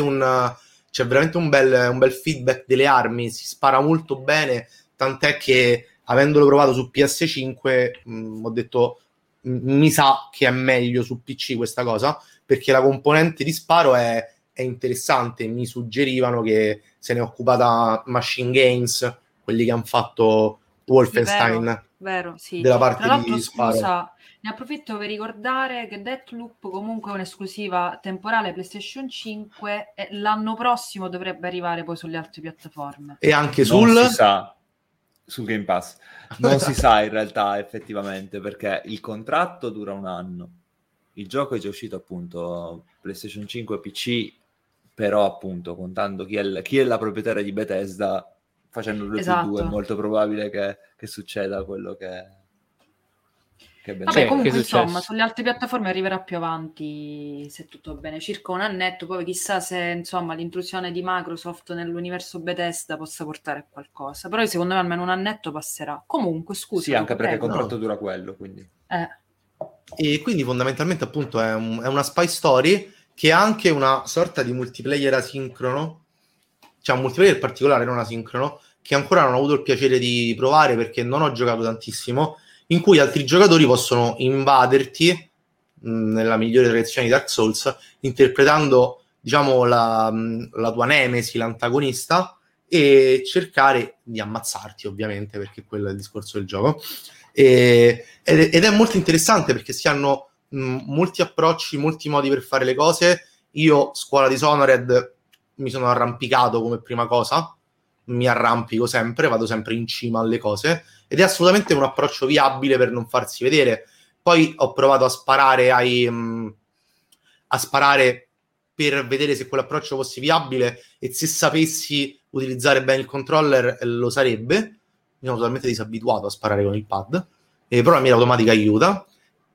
un bel feedback delle armi, si spara molto bene, tant'è che avendolo provato su PS5 ho detto mi sa che è meglio su PC questa cosa, perché la componente di sparo è interessante. Mi suggerivano che se ne è occupata Machine Games, quelli che hanno fatto Wolfenstein, vero, sì. della parte Tra l'altro, di sparo. Scusa, ne approfitto per ricordare che Deathloop comunque è un'esclusiva temporale PlayStation 5 e l'anno prossimo dovrebbe arrivare poi sulle altre piattaforme. E anche non si sa sul Game Pass. Non si sa in realtà effettivamente, perché il contratto dura 1 anno. Il gioco è già uscito appunto PlayStation 5 e PC, però appunto contando chi è la proprietaria di Bethesda, facendo 2+2 è molto probabile che succeda quello che vabbè, comunque insomma sulle altre piattaforme arriverà più avanti, se tutto bene, circa 1 annetto, poi chissà se insomma l'intrusione di Microsoft nell'universo Bethesda possa portare a qualcosa, però secondo me almeno 1 annetto passerà. Comunque scusa, sì, anche perché il contratto dura quello, quindi e quindi fondamentalmente appunto è una spy story che ha anche una sorta di multiplayer asincrono, cioè un multiplayer particolare, non asincrono, che ancora non ho avuto il piacere di provare perché non ho giocato tantissimo, in cui altri giocatori possono invaderti nella migliore tradizione di Dark Souls, interpretando, diciamo, la tua nemesi, l'antagonista, e cercare di ammazzarti, ovviamente, perché quello è il discorso del gioco. Ed è molto interessante perché si hanno molti approcci, molti modi per fare le cose. Io, scuola di Sonored, mi sono arrampicato come prima cosa, mi arrampico sempre, vado sempre in cima alle cose, ed è assolutamente un approccio viabile per non farsi vedere. Poi ho provato a sparare a sparare per vedere se quell'approccio fosse viabile, e se sapessi utilizzare bene il controller lo sarebbe. Mi sono totalmente disabituato a sparare con il pad, però la mira automatica aiuta.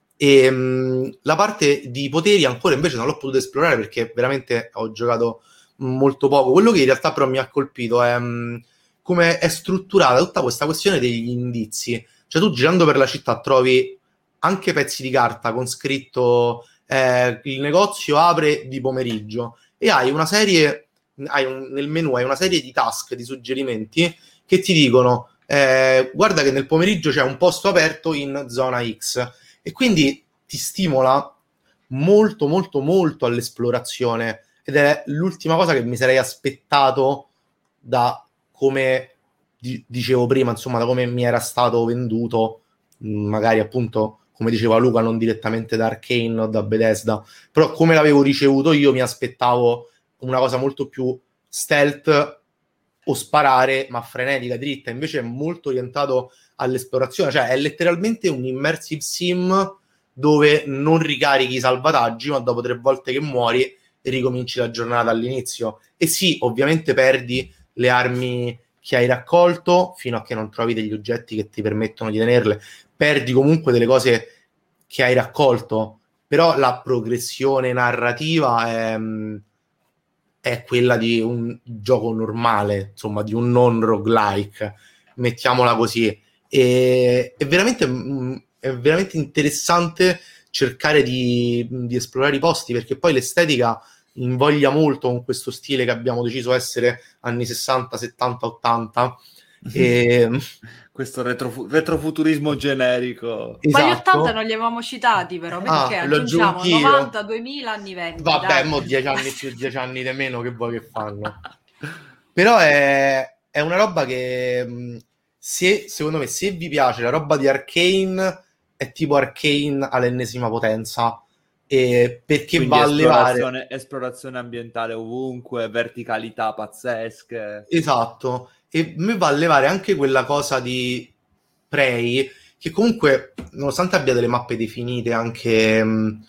E la parte di poteri ancora invece non l'ho potuto esplorare perché veramente ho giocato molto poco. Quello che in realtà però mi ha colpito è come è strutturata tutta questa questione degli indizi. Cioè tu girando per la città trovi anche pezzi di carta con scritto il negozio apre di pomeriggio, e hai una serie, nel menu hai una serie di task, di suggerimenti che ti dicono guarda che nel pomeriggio c'è un posto aperto in zona X, e quindi ti stimola molto molto molto all'esplorazione, ed è l'ultima cosa che mi sarei aspettato da come dicevo prima, insomma, da come mi era stato venduto, magari appunto come diceva Luca, non direttamente da Arcane o da Bethesda, però come l'avevo ricevuto io mi aspettavo una cosa molto più stealth o sparare, ma frenetica, dritta. Invece è molto orientato all'esplorazione, cioè è letteralmente un immersive sim dove non ricarichi i salvataggi, ma dopo 3 volte che muori ricominci la giornata all'inizio. E sì, ovviamente perdi le armi che hai raccolto fino a che non trovi degli oggetti che ti permettono di tenerle, perdi comunque delle cose che hai raccolto, però la progressione narrativa è quella di un gioco normale, insomma, di un non roguelike, mettiamola così. E è veramente interessante cercare di esplorare i posti, perché poi l'estetica invoglia molto con questo stile che abbiamo deciso essere anni 60, 70, 80. E questo retrofuturismo generico. Ma gli esatto. 80 non li avevamo citati, però perché lo aggiungiamo aggiungo io. 90, 2000, anni 20. Vabbè, dai. mo 10 anni più, 10 anni di meno, che vuoi che fanno? Però è una roba che secondo me, se vi piace la roba di Arcane, è tipo Arcane all'ennesima potenza, perché Quindi va a levare esplorazione ambientale ovunque, verticalità pazzesche. esatto, e a me va a levare anche quella cosa di Prey, che comunque, nonostante abbia delle mappe definite, anche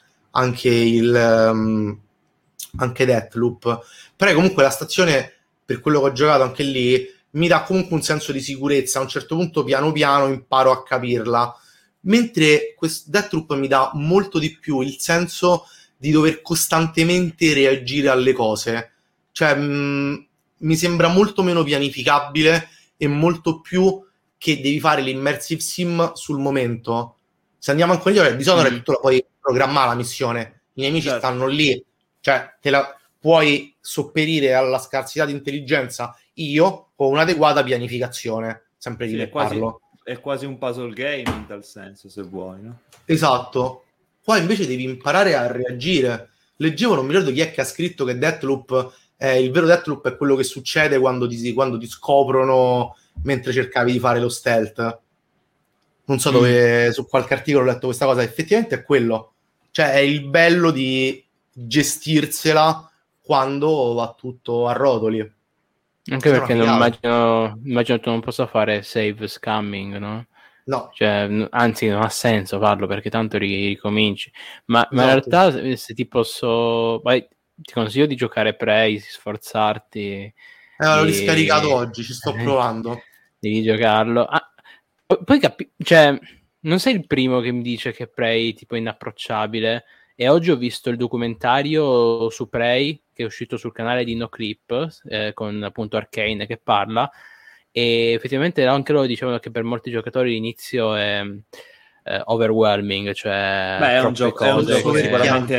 anche Deathloop, però comunque la stazione, per quello che ho giocato anche lì, mi dà comunque un senso di sicurezza. A un certo punto piano piano imparo a capirla, mentre Deathloop mi dà molto di più il senso di dover costantemente reagire alle cose. Cioè mi sembra molto meno pianificabile e molto più che devi fare l'immersive sim sul momento. Se andiamo ancora indietro, di solito tu la puoi programmare la missione, i nemici stanno lì, cioè te la puoi sopperire alla scarsità di intelligenza io con un'adeguata pianificazione, sempre di parlo. È quasi un puzzle game in tal senso, se vuoi, no? Esatto. Qua invece devi imparare a reagire. Leggevo, non mi ricordo chi è che ha scritto che Deathloop, il vero Deathloop è quello che succede quando ti scoprono mentre cercavi di fare lo stealth. Non so dove, su qualche articolo ho letto questa cosa, effettivamente è quello. Cioè è il bello di gestirsela quando va tutto a rotoli. Anche perché non immagino tu non possa fare save scamming, no? No. Cioè, anzi, non ha senso farlo perché tanto ricominci. Ma in realtà, se ti posso... ti consiglio di giocare Prey, sforzarti. L'ho riscaricato oggi, ci sto provando. Devi giocarlo. Poi cioè, non sei il primo che mi dice che Prey è tipo inapprocciabile. E oggi ho visto il documentario su Prey che è uscito sul canale di NoClip con appunto Arcane che parla, e effettivamente anche loro dicevano che per molti giocatori l'inizio è overwhelming, cioè è un gioco sicuramente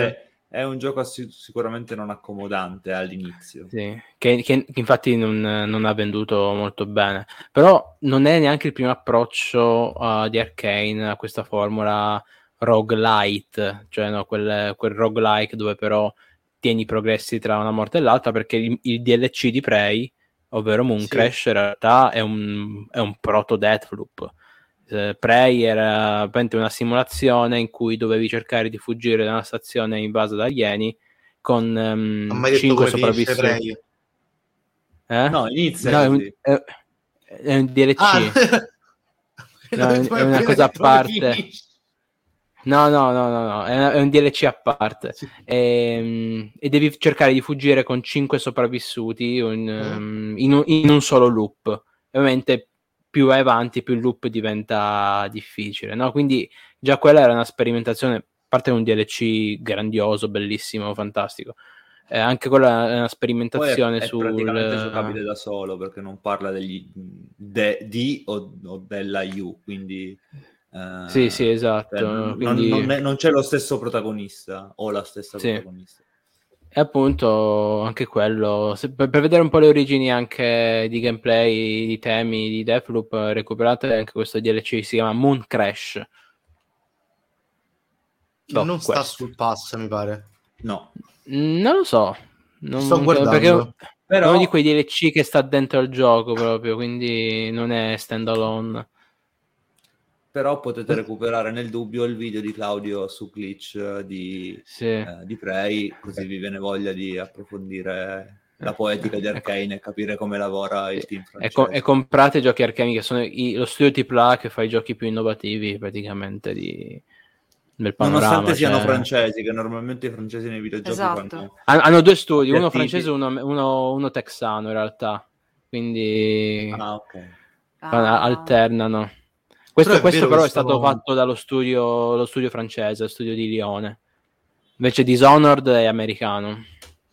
è un gioco sicuramente non accomodante all'inizio. Sì, che infatti non ha venduto molto bene. Però non è neanche il primo approccio di Arcane a questa formula roguelite, cioè no, quel roguelike dove però tieni i progressi tra una morte e l'altra, perché il DLC di Prey, ovvero Mooncrash, in realtà è un proto Deathloop. Prey era appunto una simulazione in cui dovevi cercare di fuggire da una stazione invasa da alieni con 5 sopravvissuti. No, inizia no, così. È un DLC. No, è una cosa a parte. No, è un DLC a parte. Sì. E devi cercare di fuggire con 5 sopravvissuti in un solo loop. Ovviamente più vai avanti, più il loop diventa difficile, no? Quindi già quella era una sperimentazione, a parte un DLC grandioso, bellissimo, fantastico. Anche quella è una sperimentazione è praticamente giocabile da solo, perché non parla di o della U, quindi sì, esatto. Quindi non c'è lo stesso protagonista o la stessa protagonista. E appunto anche quello, per vedere un po' le origini anche di gameplay, di temi di Deathloop, recuperate anche questo DLC, si chiama Mooncrash. Non sta sul pass, mi pare. No. Non lo so. Sto guardando. Perché però... è uno di quei DLC che sta dentro il gioco proprio, quindi non è standalone. Però potete recuperare nel dubbio il video di Claudio su Glitch di Prey, così vi viene voglia di approfondire la poetica di Arcane e capire come lavora il team francese. E comprate giochi Arcane, che sono lo studio AAA che fa i giochi più innovativi praticamente del panorama. Nonostante siano francesi, che normalmente i francesi nei videogiochi hanno due studi, uno francese e uno texano in realtà, quindi alternano. Questo però è stato fatto dallo studio francese, lo studio di Lione. Invece Dishonored è americano.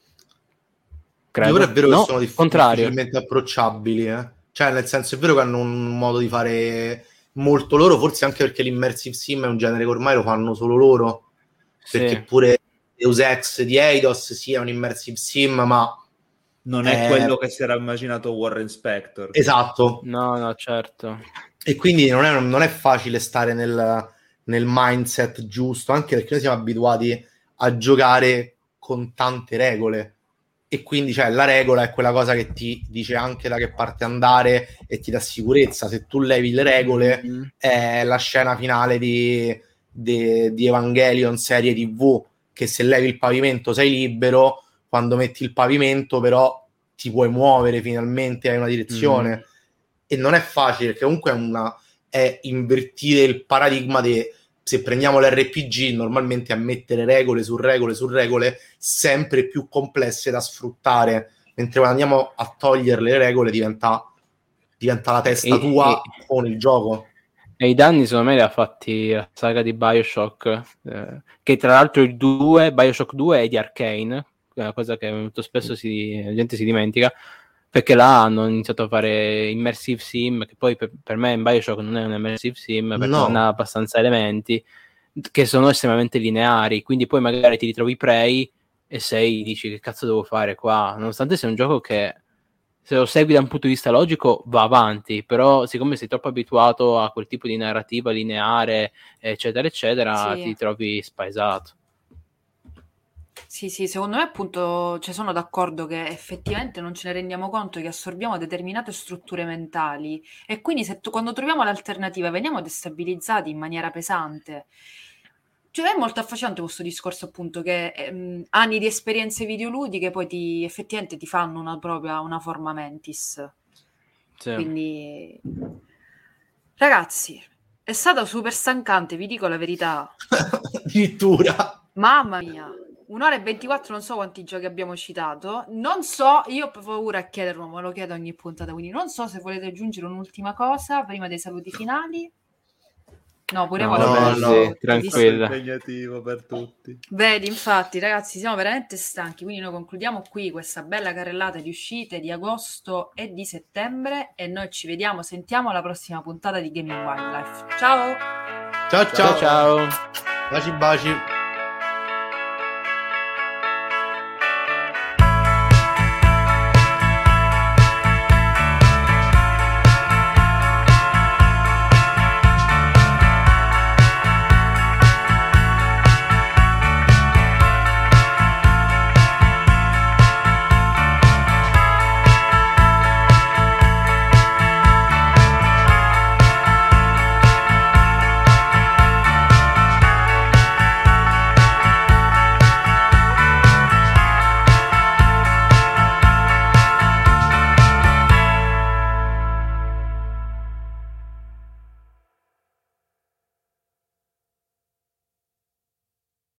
Credo. Però è vero che sono difficilmente approcciabili, Cioè, nel senso, è vero che hanno un modo di fare molto loro, forse anche perché l'immersive sim è un genere che ormai lo fanno solo loro. Perché pure Deus Ex di Eidos è un immersive sim, ma non è quello che si era immaginato Warren Spector. Esatto. No, certo. E quindi non è facile stare nel mindset giusto, anche perché noi siamo abituati a giocare con tante regole. E quindi la regola è quella cosa che ti dice anche da che parte andare e ti dà sicurezza. Se tu levi le regole, è la scena finale di Evangelion serie TV, che se levi il pavimento sei libero, quando metti il pavimento però ti puoi muovere finalmente, hai una direzione. E non è facile, perché comunque è invertire il paradigma se prendiamo l'RPG, normalmente a mettere regole su regole su regole sempre più complesse da sfruttare, mentre quando andiamo a togliere le regole diventa la testa tua con il gioco. E i danni secondo me li ha fatti la saga di Bioshock, che tra l'altro Bioshock 2 è di Arcane, una cosa che molto spesso la gente si dimentica, perché là hanno iniziato a fare immersive sim, che poi per me in Bioshock non è un immersive sim, perché non ha abbastanza elementi, che sono estremamente lineari, quindi poi magari ti ritrovi Prey e dici che cazzo devo fare qua, nonostante sia un gioco che se lo segui da un punto di vista logico va avanti, però siccome sei troppo abituato a quel tipo di narrativa lineare, eccetera eccetera, ti trovi spaesato. Sì, secondo me appunto sono d'accordo che effettivamente non ce ne rendiamo conto che assorbiamo determinate strutture mentali e quindi quando troviamo l'alternativa veniamo destabilizzati in maniera pesante. Cioè è molto affascinante questo discorso appunto che anni di esperienze videoludiche poi effettivamente ti fanno una forma mentis. Sì. Quindi ragazzi, è stato super stancante, vi dico la verità. Addirittura. Mamma mia. 1:24, non so quanti giochi abbiamo citato, non so, io ho paura a chiederlo, me lo chiedo ogni puntata, quindi non so se volete aggiungere un'ultima cosa prima dei saluti finali. No, pure no, tranquilla. Impegnativo per tutti. Vedi, infatti, ragazzi, siamo veramente stanchi, quindi noi concludiamo qui questa bella carrellata di uscite di agosto e di settembre e noi ci sentiamo alla prossima puntata di Gaming Wildlife. Ciao! Ciao! Baci.